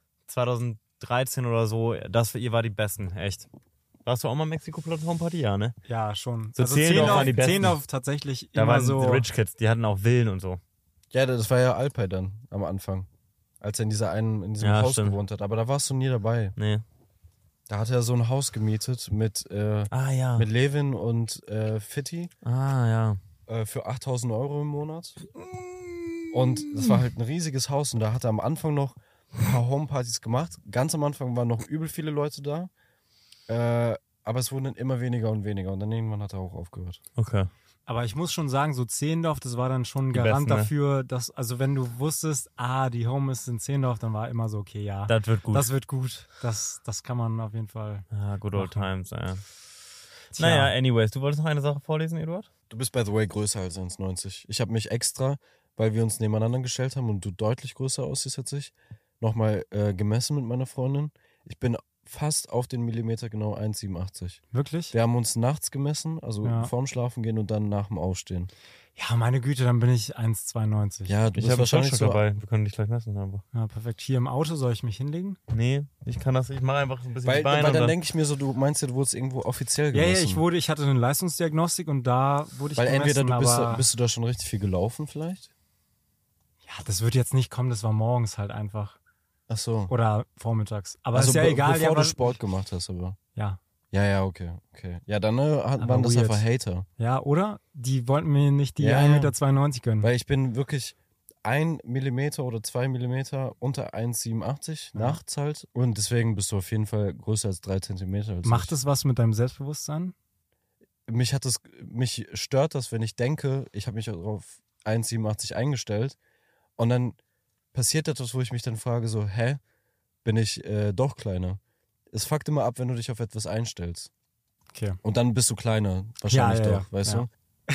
2013 oder so, ihr war die Besten, echt. Warst du auch mal am Mexikoplatz Homeparty? Ja, ne?
ja schon.
So Zehlendorf waren die besten.
Zehlendorf tatsächlich
Da
immer
waren
so.
die Rich Kids, die hatten auch Villen und so.
Ja, das war ja Alpay dann am Anfang. Als er in diesem
Ja,
Haus
stimmt.
gewohnt hat. Aber da warst du nie dabei.
Nee.
Da hat er so ein Haus gemietet mit
Ja.
Levin und Fitti
Ja.
für 8.000 Euro im Monat. Und das war halt ein riesiges Haus und da hat er am Anfang noch ein paar Homepartys gemacht. Ganz am Anfang waren noch übel viele Leute da. Aber es wurden dann immer weniger und weniger und dann irgendwann hat er auch aufgehört.
Okay.
Aber ich muss schon sagen, so Zehlendorf, das war dann schon ein
Die
Garant
besten, ne?
dafür, dass, also wenn du wusstest, die Home ist in Zehlendorf, dann war immer so, okay, ja,
Das wird gut.
das wird gut. Das kann man auf jeden Fall.
Good old
machen.
times, ja.
Tja.
Naja, anyways, du wolltest noch eine Sache vorlesen, Eduard?
Du bist, by the way, größer als 1,90. Ich habe mich extra, weil wir uns nebeneinander gestellt haben und du deutlich größer aussiehst als ich, nochmal gemessen mit meiner Freundin. Ich bin fast auf den Millimeter genau 1,87.
Wirklich?
Wir haben uns nachts gemessen, also
Ja.
vorm Schlafen gehen und dann nach dem Aufstehen.
Ja, meine Güte, dann bin ich 1,92.
Ja, du
Ich
bist
habe
wahrscheinlich
Zollstock
so.
dabei. Wir können dich gleich messen, aber.
Ja, perfekt. Hier im Auto soll ich mich hinlegen?
Nee, ich kann das. Ich mache einfach so ein bisschen die
Weil
Beine
dann
und dann.
denke ich mir so, du meinst ja, du wurdest irgendwo offiziell
Ja,
gemessen.
ich hatte eine Leistungsdiagnostik und da wurde ich
Weil
gemessen,
entweder
aber
bist du da schon richtig viel gelaufen vielleicht?
ja, das wird jetzt nicht kommen, das war morgens halt einfach.
Ach so.
Oder vormittags. Aber
also
ist ja egal.
bevor
Ja,
du
aber,
Sport gemacht hast, aber.
ja.
Ja, okay. Ja, dann
Aber
waren das
weird.
einfach Hater.
Ja, oder? Die wollten mir nicht die
Ja.
1,92 Meter gönnen.
Weil ich bin wirklich 1 Millimeter oder 2 Millimeter unter 1,87 nachts halt. Und deswegen bist du auf jeden Fall größer als 3 Zentimeter. Als
Macht
ich.
es was mit deinem Selbstbewusstsein?
Mich stört das, wenn ich denke, ich habe mich auf 1,87 eingestellt und dann passiert etwas, wo ich mich dann frage, so, bin ich doch kleiner? Es fuckt immer ab, wenn du dich auf etwas einstellst.
Okay.
Und dann bist du kleiner. Wahrscheinlich
Ja,
doch, weißt
ja.
du?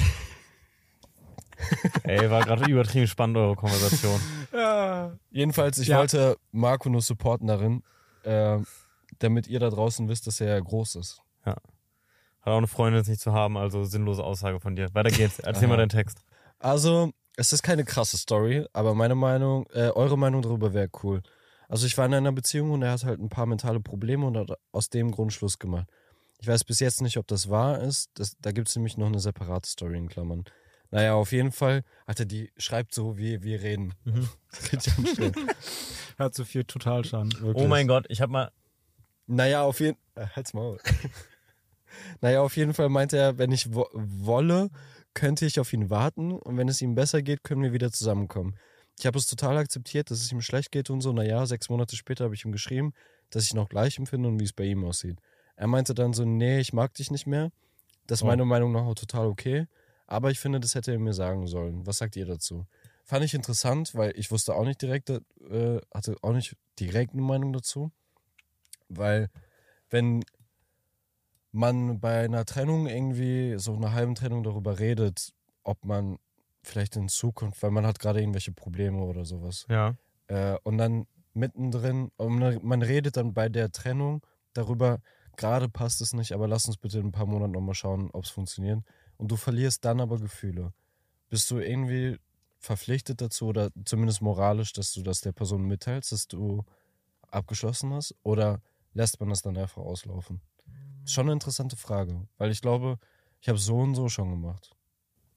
Ey, war gerade übertrieben spannend, eure Konversation.
Jedenfalls, ich
Ja.
wollte Marco nur supporten darin, damit ihr da draußen wisst, dass er groß ist.
Hat auch eine Freundin, ist nicht zu haben, also sinnlose Aussage von dir. Weiter geht's. Erzähl mal deinen Text.
Also, es ist keine krasse Story, aber eure Meinung darüber wäre cool. Also ich war in einer Beziehung und er hat halt ein paar mentale Probleme und hat aus dem Grund Schluss gemacht. Ich weiß bis jetzt nicht, ob das wahr ist. Da gibt es nämlich noch eine separate Story in Klammern. Naja, auf jeden Fall, Alter, die schreibt so, wie wir reden. Richtig anstrengend.
Hört so viel Totalschaden.
Wirklich.
Oh mein Gott, ich hab mal.
Naja, auf jeden halt's Maul. Naja, auf jeden Fall meinte er, wenn ich wolle, könnte ich auf ihn warten und wenn es ihm besser geht, können wir wieder zusammenkommen. Ich habe es total akzeptiert, dass es ihm schlecht geht und so. Naja, 6 Monate später habe ich ihm geschrieben, dass ich noch gleich empfinde und wie es bei ihm aussieht. Er meinte dann so, nee, ich mag dich nicht mehr. Das ist meiner Meinung nach auch total okay. Aber ich finde, das hätte er mir sagen sollen. Was sagt ihr dazu? Fand ich interessant, weil ich wusste auch nicht direkt, hatte auch nicht direkt eine Meinung dazu. Weil wenn man bei einer Trennung irgendwie, so einer halben Trennung darüber redet, ob man vielleicht in Zukunft, weil man hat gerade irgendwelche Probleme oder sowas.
Ja.
Und dann mittendrin, und man redet dann bei der Trennung darüber, gerade passt es nicht, aber lass uns bitte in ein paar Monaten nochmal schauen, ob es funktioniert. Und du verlierst dann aber Gefühle. Bist du irgendwie verpflichtet dazu oder zumindest moralisch, dass du das der Person mitteilst, dass du abgeschlossen hast? Oder lässt man das dann einfach auslaufen? Ist schon eine interessante Frage, weil ich glaube, ich habe so und so schon gemacht.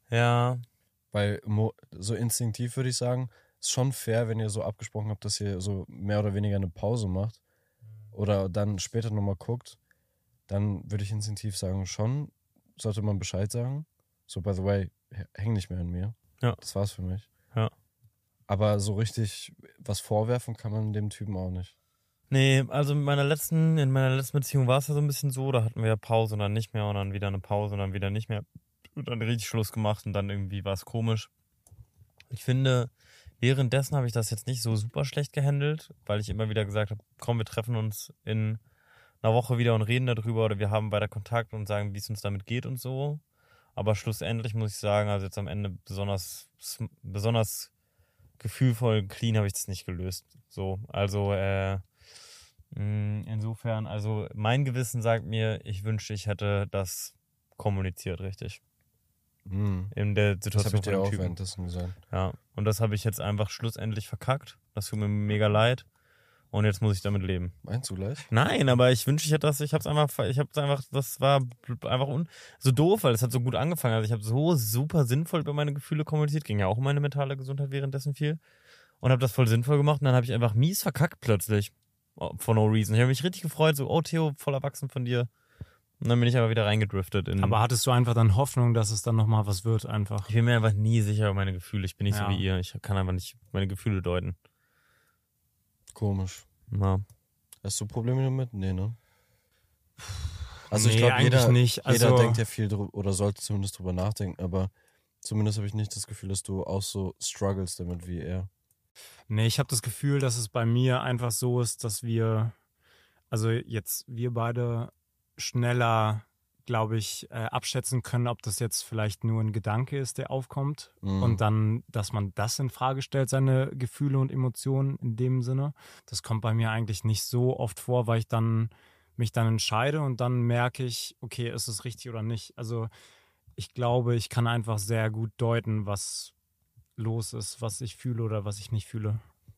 Ja.
Weil so instinktiv würde ich sagen, ist schon fair, wenn ihr so abgesprochen habt, dass ihr so mehr oder weniger eine Pause macht oder dann später nochmal guckt, dann würde ich instinktiv sagen, schon sollte man Bescheid sagen. So, by the way, häng nicht mehr an mir.
Ja.
Das war's für mich.
Ja.
Aber so richtig was vorwerfen kann man dem Typen auch nicht.
Nee, also in meiner letzten Beziehung war es ja so ein bisschen so, da hatten wir ja Pause und dann nicht mehr und dann wieder eine Pause und dann wieder nicht mehr und dann richtig Schluss gemacht und dann irgendwie war es komisch. Ich finde, währenddessen habe ich das jetzt nicht so super schlecht gehandelt, weil ich immer wieder gesagt habe, komm, wir treffen uns in einer Woche wieder und reden darüber oder wir haben weiter Kontakt und sagen, wie es uns damit geht und so. Aber schlussendlich muss ich sagen, also jetzt am Ende besonders gefühlvoll clean habe ich das nicht gelöst. So, also insofern, also mein Gewissen sagt mir, ich wünschte, ich hätte das kommuniziert, richtig. In der
Das habe
Situation
ich dir
von
auch
dem Typen.
währenddessen gesagt.
Ja, und das habe ich jetzt einfach schlussendlich verkackt. Das tut mir mega leid. Und jetzt muss ich damit leben.
Meinst du gleich?
Nein, aber ich wünschte, ich hätte das, das war einfach so doof, weil es hat so gut angefangen. Also ich habe so super sinnvoll über meine Gefühle kommuniziert, ging ja auch um meine mentale Gesundheit währenddessen viel. Und habe das voll sinnvoll gemacht und dann habe ich einfach mies verkackt plötzlich. For no reason. Ich habe mich richtig gefreut, so, oh Theo, voll erwachsen von dir. Und dann bin ich aber wieder reingedriftet.
Aber hattest du einfach dann Hoffnung, dass es dann nochmal was wird einfach?
Ich bin mir einfach nie sicher über meine Gefühle. Ich bin nicht so
Ja.
wie ihr. Ich kann einfach nicht meine Gefühle deuten.
Komisch.
Ja.
Hast du Probleme damit? Nee, ne? Also ich
Nee,
glaube,
eigentlich
jeder
nicht. Also,
denkt ja viel drüber oder sollte zumindest drüber nachdenken, aber zumindest habe ich nicht das Gefühl, dass du auch so struggles damit wie er.
nee, ich habe das Gefühl, dass es bei mir einfach so ist, dass wir beide schneller, glaube ich, abschätzen können, ob das jetzt vielleicht nur ein Gedanke ist, der aufkommt und dann, dass man das in Frage stellt, seine Gefühle und Emotionen in dem Sinne. Das kommt bei mir eigentlich nicht so oft vor, weil ich dann mich dann entscheide und dann merke ich, okay, ist es richtig oder nicht. Also ich glaube, ich kann einfach sehr gut deuten, was los ist, was ich fühle oder was ich nicht fühle.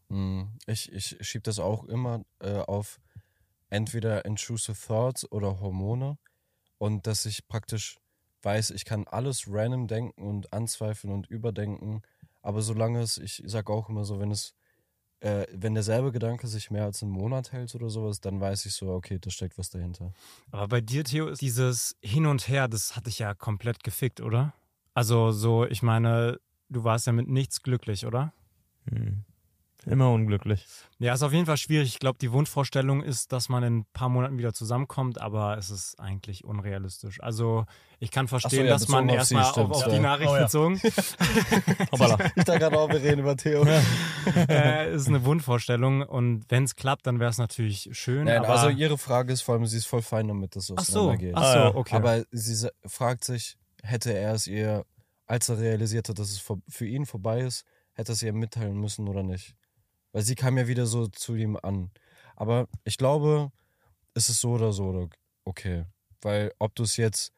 Ich schiebe das auch immer auf entweder intrusive thoughts oder Hormone und dass ich praktisch weiß, ich kann alles random denken und anzweifeln und überdenken, aber solange ich sage auch immer so, wenn derselbe Gedanke sich mehr als einen Monat hält oder sowas, dann weiß ich so, okay, da steckt was dahinter.
Aber bei dir, Theo, ist dieses Hin und Her, das hat dich ja komplett gefickt, oder? Also so, ich meine, du warst ja mit nichts glücklich, oder?
Immer unglücklich.
Ja, ist auf jeden Fall schwierig. Ich glaube, die Wunschvorstellung ist, dass man in ein paar Monaten wieder zusammenkommt, aber es ist eigentlich unrealistisch. Also ich kann verstehen,
ja,
dass man
bezogen auf sie,
erstmal
stimmt,
auf
ja.
die Nachricht bezogen.
Hoppala.
Ich da gerade auch, wir reden über Theo.
Ist eine Wunschvorstellung und wenn es klappt, dann wäre es natürlich schön.
Nein,
aber
also ihre Frage ist vor allem, sie ist voll fein damit, dass es auseinandergeht.
ach so, okay.
Aber sie fragt sich, hätte er es ihr, als er realisierte, dass es für ihn vorbei ist, hätte es ihr mitteilen müssen oder nicht? Weil sie kam ja wieder so zu ihm an. Aber ich glaube, es ist so oder so okay. Weil ob du es jetzt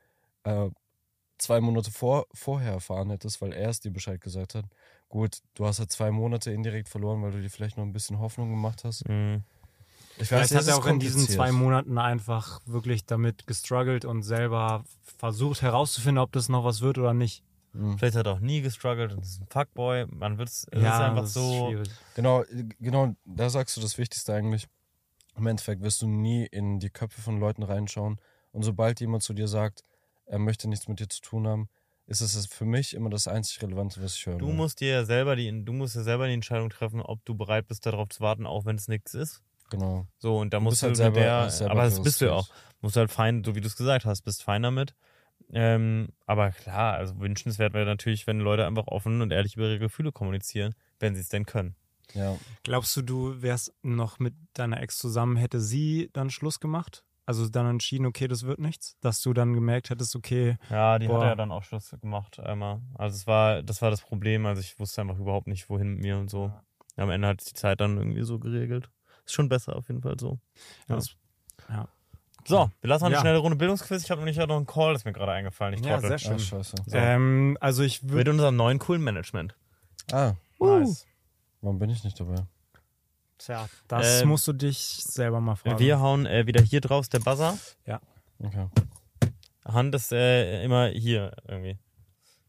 2 Monate vorher erfahren hättest, weil er es dir Bescheid gesagt hat, gut, du hast halt 2 Monate indirekt verloren, weil du dir vielleicht noch ein bisschen Hoffnung gemacht hast. Ich weiß,
Vielleicht hat
es
er
ist
auch in diesen
kompliziert.
2 Monaten einfach wirklich damit gestruggelt und selber versucht herauszufinden, ob das noch was wird oder nicht.
Vielleicht hat er auch nie gestruggelt und ist ein Fuckboy. Es ist einfach
das
so.
schwierig.
Genau, da sagst du das Wichtigste eigentlich. Im Endeffekt wirst du nie in die Köpfe von Leuten reinschauen. Und sobald jemand zu dir sagt, er möchte nichts mit dir zu tun haben, ist es für mich immer das einzig Relevante, was ich höre.
Du musst ja selber die Entscheidung treffen, ob du bereit bist, darauf zu warten, auch wenn es nichts ist.
Genau.
So, und da
Du
musst
bist
du
halt
mit
selber- selber
aber das bist du ja auch.
realistisch.
Musst halt fein, so wie du es gesagt hast, bist fein damit. Aber klar, also wünschenswert wäre natürlich, wenn Leute einfach offen und ehrlich über ihre Gefühle kommunizieren, wenn sie es denn können.
Ja.
Glaubst du wärst noch mit deiner Ex zusammen, hätte sie dann Schluss gemacht? Also dann entschieden, okay, das wird nichts? Dass du dann gemerkt hättest, okay,
Ja, die
Boah.
hat ja dann auch Schluss gemacht einmal. Also das war das Problem. Also ich wusste einfach überhaupt nicht, wohin mit mir und so. Am Ende hat die Zeit dann irgendwie so geregelt. Ist schon besser auf jeden Fall so. Ja.
ja.
So, wir lassen noch eine
Ja.
schnelle Runde Bildungsquiz. Ich habe noch einen Call, ist mir gerade eingefallen. Ich
Ja,
trottel.
sehr schön.
Ah, scheiße.
Also ich
Mit
würde...
unserem neuen coolen Management.
Nice.
Warum bin ich nicht dabei?
Tja, das musst du dich selber mal fragen.
Wir hauen wieder hier drauf, ist der Buzzer.
Okay.
Hand ist immer hier irgendwie.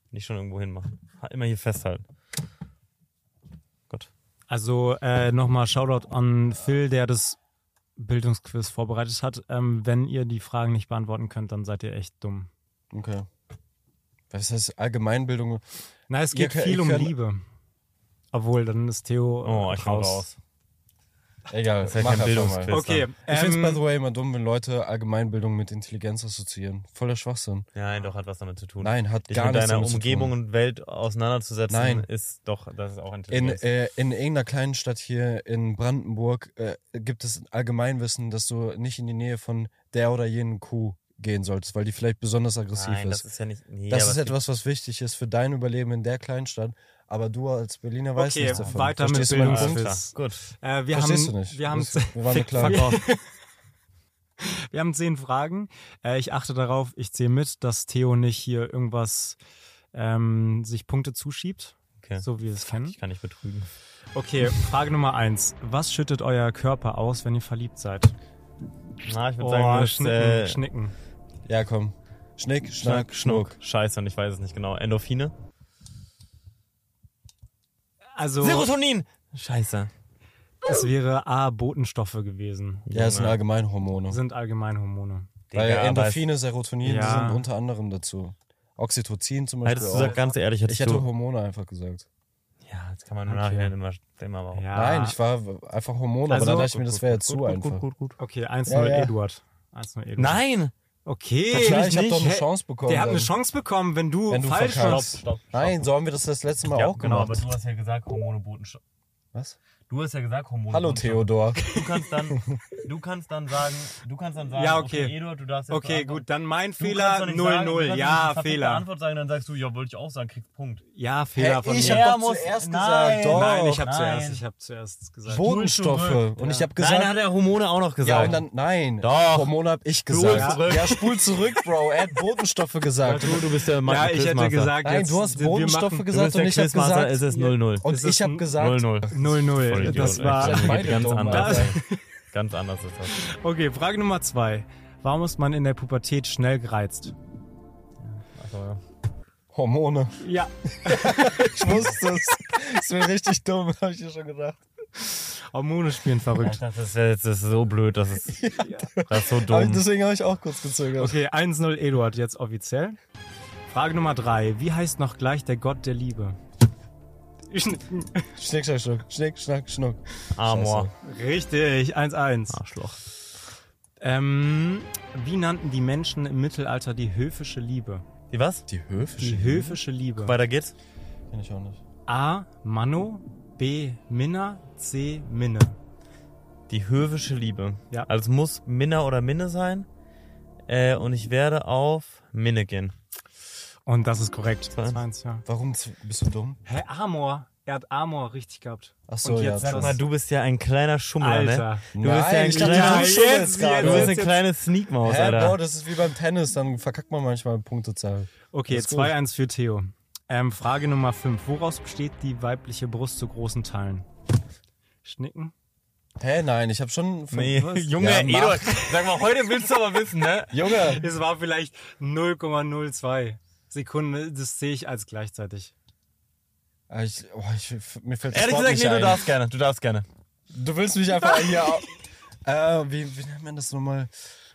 Nicht schon irgendwo hinmachen. Immer hier festhalten. Gott.
Also nochmal Shoutout an Phil, der das Bildungsquiz vorbereitet hat. Wenn ihr die Fragen nicht beantworten könnt, dann seid ihr echt dumm.
Okay. Was heißt Allgemeinbildung?
Na, es geht viel um Liebe. Obwohl, dann ist Theo
Oh, ich bin raus.
Egal,
Das ist ja
mach
kein
einfach
Bildungsquiz.
mal.
Okay,
Ich finde es by the way immer dumm, wenn Leute Allgemeinbildung mit Intelligenz assoziieren. Voller Schwachsinn.
Nein, doch, hat was damit zu tun.
Nein, hat
Dich
gar
mit
nichts
deiner
damit
Umgebung
zu tun.
und Welt auseinanderzusetzen,
Nein.
ist doch, das ist auch
In
Intelligenz.
irgendeiner kleinen Stadt hier in Brandenburg gibt es Allgemeinwissen, dass du nicht in die Nähe von der oder jenen Kuh gehen solltest, weil die vielleicht besonders aggressiv
Nein, das
ist.
ist ja nicht... Nee,
Das
aber
ist
es gibt-
etwas, was wichtig ist für dein Überleben in der Kleinstadt. Aber du als Berliner weißt
Okay,
nichts davon.
weiter mit
Verstehst du meinen
Bildungsquiz.
Punkt?
Gut.
Wir
Verstehst
haben,
du nicht?
Wir haben,
Wir waren klar.
Fuck off.
wir haben 10 Fragen. Ich achte darauf, ich zähle mit, dass Theo nicht hier irgendwas sich Punkte zuschiebt,
Okay.
so wie wir es kennen.
Ich kann nicht betrügen.
Okay, Frage Nummer 1. Was schüttet euer Körper aus, wenn ihr verliebt seid?
Na, ich würde sagen, das
Schnicken, Schnicken.
Ja, komm. Schnick, Schnack, Schnuck.
Scheiße, und ich weiß es nicht genau. Endorphine?
Also,
Serotonin! Scheiße.
es wäre A, Botenstoffe gewesen.
Ja, es sind Allgemeinhormone.
Sind Allgemeinhormone.
Weil
Digga, aber
Endorphine, Serotonin, die
Ja.
sind unter anderem dazu. Oxytocin zum
es-
Beispiel
Hättest du gesagt,
auch.
ganz ehrlich,
Ich
hättest
hätte
du...
Hormone einfach gesagt.
Ja, das kann man im
Okay.
Nachhinein immer warum.
Ja.
Nein, ich war einfach Hormone,
Also-
aber dann dachte ich mir, das wäre jetzt zu einfach.
Gut.
Okay, 1-0
Ja, ja.
Eduard. 1-0 Eduard.
Nein!
Okay.
Klar, ich habe
nicht.
doch eine
Hä?
Chance bekommen.
Der hat
dann.
eine Chance bekommen, wenn du
Wenn du
falsch
verkackst.
warst.
Stopp.
Nein, so haben wir das letzte Mal
Ja,
auch
genau,
gemacht.
aber du hast ja gesagt, Hormone, Botenstoffe.
Was?
Du hast ja gesagt, Hormone.
Hallo
Botenstoffe.
Theodor.
Du kannst dann sagen,
Ja, okay.
Eduard, du darfst jetzt
Okay,
beantworten.
gut, dann mein
Du
Fehler
kannst doch nicht sagen, du
0-0.
kannst
Ja,
nicht die verfickte
Fehler.
Antwort sagen, dann sagst du, ja, wollte ich auch sagen, kriegst Punkt.
Ja, Fehler von
ich
mir.
hab
Er
doch
muss-
zuerst
Nein,
gesagt. Doch.
Nein, ich
Nein.
habe zuerst gesagt.
Botenstoffe.
zurück.
Und ich habe
Nein,
gesagt...
er hat ja Hormone auch noch
ja,
gesagt.
und dann... Nein.
Doch.
Hormone hab ich
Spul
gesagt.
zurück.
Ja, spul zurück, Bro. Er hat Botenstoffe gesagt.
du bist der
Ja, ich hätte gesagt,
Nein,
jetzt,
du hast
wir
Botenstoffe
machen
gesagt und ich habe gesagt...
es ist 0-0.
Und
Es
ich
ist
habe gesagt...
0-0.
0-0.
Vollidiot,
Das
ey.
war.
Seid beide
ganz
dumm,
anders.
Alter.
ey. Ganz anders ist das.
Okay, Frage Nummer 2. Warum ist man in der Pubertät schnell gereizt?
Achso, ja.
Hormone.
Ja.
Ich wusste es. Das wäre richtig dumm, habe ich dir schon gedacht.
Hormone spielen verrückt.
Das ist so blöd, das ist so
Aber
dumm.
deswegen habe ich auch kurz gezögert.
Okay, 1-0 Eduard, jetzt offiziell. Frage Nummer 3. Wie heißt noch gleich der Gott der Liebe?
Schnick, schnack, schnuck. Schnick, schnack, schnuck.
Amor.
Richtig, 1-1.
Arschloch.
Wie nannten die Menschen im Mittelalter die höfische Liebe?
Die was?
Die höfische
Die höfische Liebe.
Weiter geht's.
Kenn ich auch nicht.
A. Manno, B. Minna, C. Minne.
Die höfische Liebe.
Ja.
Also es muss Minna oder Minne sein. Und ich werde auf Minne gehen.
Und das ist korrekt.
2-1.
2-1, ja.
Warum bist du dumm?
Hä, Amor? Er hat Amor richtig gehabt.
Ach so,
Und
ja.
jetzt
Sag mal, du bist ja ein kleiner Schummler, ne?
Alter.
Du bist ja ein
ich dachte,
kleiner...
du schummelst
jetzt,
gerade.
Du bist eine
jetzt.
kleine Sneakmaus,
Hä,
Alter.
Bro, das ist wie beim Tennis, dann verkackt man manchmal Punktezahl.
Okay,
Alles gut.
2-1 für Theo. Frage Nummer 5. Woraus besteht die weibliche Brust zu großen Teilen? Schnicken?
Hä, nein, ich habe schon...
Nee,
Was?
Junge,
Ja, mach.
Eduard, sag mal, heute willst du aber wissen, ne?
Junge!
Es war vielleicht 0,02 Sekunden. Das sehe ich als gleichzeitig.
Mir fällt das
Ehrlich
Wort
gesagt,
nicht
nee,
ein.
du darfst gerne.
Du willst mich einfach hier... wie nennt man das nochmal?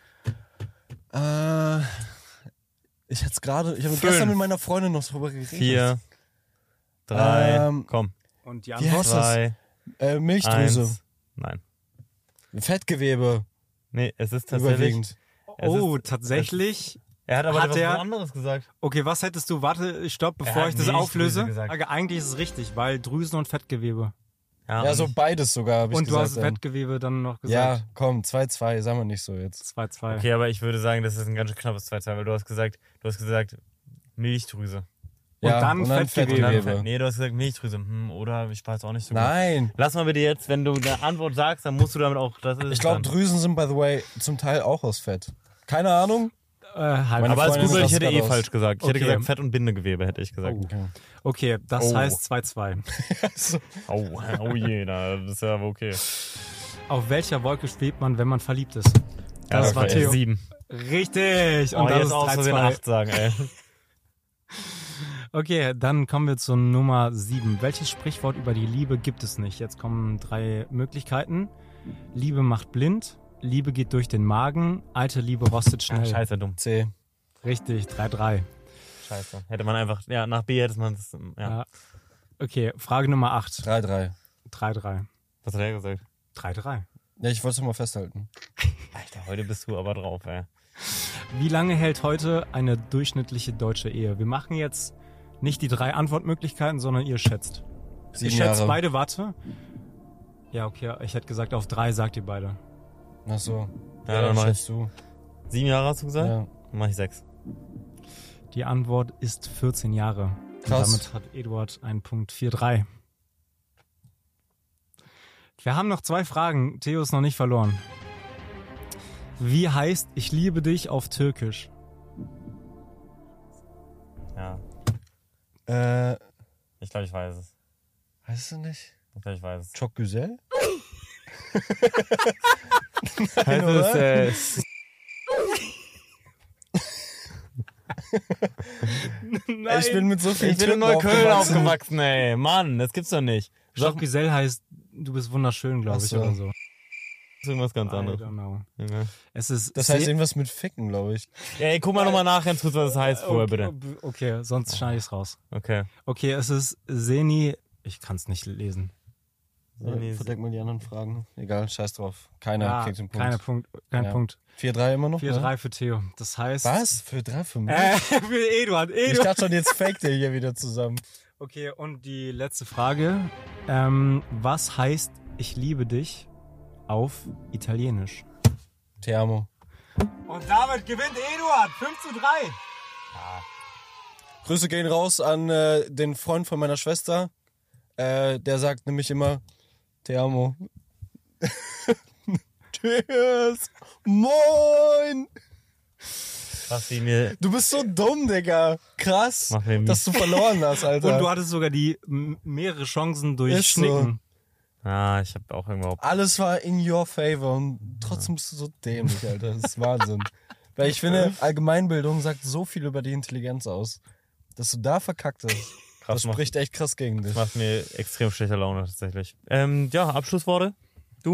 Ich habe
Fünf.
gestern mit meiner Freundin noch drüber geredet.
4, 3,
Ähm,
Und die
Wie
Antwort?
heißt das?
2,
Milchdrüse.
1. Nein.
Fettgewebe.
Nee, es ist tatsächlich...
Überwiegend.
Es
Oh,
ist-
tatsächlich?
Er hat aber
Hat
was
er-
anderes gesagt.
Okay, was hättest du? Warte, stopp,
Er
bevor
hat
ich das
Milchdrüse
auflöse.
gesagt.
Aber eigentlich ist es richtig, weil Drüsen und Fettgewebe.
Ja, so beides sogar, habe ich
Und du
gesagt.
hast Fettgewebe dann noch
Ja,
gesagt.
komm, 2-2, sagen wir nicht so jetzt.
2-2.
Okay, aber ich würde sagen, das ist ein ganz schön knappes 2-2, weil du hast gesagt Milchdrüse.
Und
Ja,
dann Fettgewebe.
Nee, du hast gesagt Milchdrüse. Oder ich weiß auch nicht so gut.
Nein.
Lass mal bitte jetzt, wenn du eine Antwort sagst, dann musst du damit auch... Das ist
Ich glaube,
dann.
Drüsen sind, by the way, zum Teil auch aus Fett. Keine Ahnung.
Halb.
Meine
Aber alles
Freundin
gut, weil ich
sieht
hätte
das
eh
aus.
falsch gesagt. Ich hätte
Okay.
gesagt Fett- und Bindegewebe, hätte ich gesagt.
Okay.
Okay, das
Oh.
heißt 2-2.
Oh je, das ist ja aber okay.
Auf welcher Wolke schwebt man, wenn man verliebt ist? Das
Ja,
war
okay,
Theo.
7.
Richtig. Und
Und
das
jetzt
ist
aus Versehen
3-2.
8 sagen, ey.
Okay, dann kommen wir zur Nummer 7. Welches Sprichwort über die Liebe gibt es nicht? Jetzt kommen 3 Möglichkeiten. Liebe macht blind, Liebe geht durch den Magen, alte Liebe rostet schnell.
Scheiße, dumm.
C.
Richtig, 3-3.
Scheiße. Hätte man einfach, ja, nach B hätte man es, ja.
Ja. Okay, Frage Nummer 8.
3-3.
3-3.
Was hat er gesagt?
3-3.
Ja, ich wollte es mal festhalten.
Alter, heute bist du aber drauf, ey.
Wie lange hält heute eine durchschnittliche deutsche Ehe? Wir machen jetzt nicht die 3 Antwortmöglichkeiten, sondern ihr schätzt.
7
Ihr schätzt
Jahre.
beide, warte. Ja, okay, ich hätte gesagt, auf 3 sagt ihr beide.
Ach so.
Ja, dann mach
schätzt du.
7 Jahre hast du gesagt?
Ja.
Dann mach ich 6.
Die Antwort ist 14 Jahre.
Krass.
Und damit hat Eduard einen Punkt 4-3. Wir haben noch 2 Fragen. Theo ist noch nicht verloren. Wie heißt Ich liebe dich auf Türkisch?
Ja, ich glaube, ich weiß es.
Weißt du nicht?
Ich glaube, ich weiß es.
Çok güzel?
Heißt
oder?
es,
Nein.
Ich bin mit so vielen
ich bin in
Türken
Neukölln aufgewachsen, ey. Mann, das gibt's doch nicht.
Jacques Giselle heißt, du bist wunderschön, glaube ich,
Ach so.
oder so.
Das ist irgendwas ganz
I
anderes.
don't know.
Ja.
Es ist
Das heißt irgendwas mit Ficken, glaube ich.
Ja, ey, guck mal nochmal nach, ganz kurz, was das heißt vorher, bitte.
Okay, sonst schneide ich es raus.
Okay.
Okay, es ist Seni. Ich kann es nicht lesen.
Verdeck mal die anderen Fragen. Egal, scheiß drauf. Keiner
Ja,
kriegt den Punkt.
Kein
Ja.
Punkt.
4-3 immer noch?
4-3 für Theo. Das heißt.
Was? Für 3 für mich?
Für Eduard.
Ich dachte schon, jetzt fake der hier wieder zusammen.
Okay, und die letzte Frage. Was heißt Ich liebe dich auf Italienisch?
Te amo.
Und damit gewinnt Eduard 5-3.
Grüße gehen raus an den Freund von meiner Schwester. Der sagt nämlich immer Te amo. Tschüss. Moin.
Was sie mir.
Du bist so dumm, Digga. Krass,
Mach mir
dass du verloren hast, Alter.
Und du hattest sogar die mehrere Chancen durch
Ist so.
Schnicken.
Ah, ich habe auch irgendwo.
Alles war in your favor und trotzdem bist du so dämlich, Alter. Das ist Wahnsinn. Weil ich finde, Allgemeinbildung sagt so viel über die Intelligenz aus. Dass du da verkackt hast.
Krass,
Das spricht echt krass gegen dich.
macht mir extrem schlechte Laune tatsächlich. Ja, Abschlussworte. Du?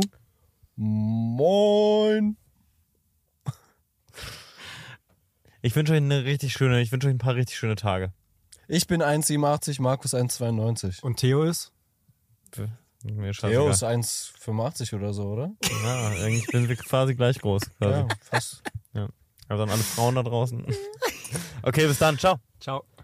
Moin.
Ich wünsche euch ein paar richtig schöne Tage.
Ich bin 1,87, Markus 1,92.
Und Theo ist?
Mir
Theo
scheißegal.
ist 1,85 oder so, oder?
Ja, eigentlich sind wir quasi gleich groß. Quasi.
Ja, fast.
Also an alle Frauen da draußen. Okay, bis dann. Ciao.
Ciao.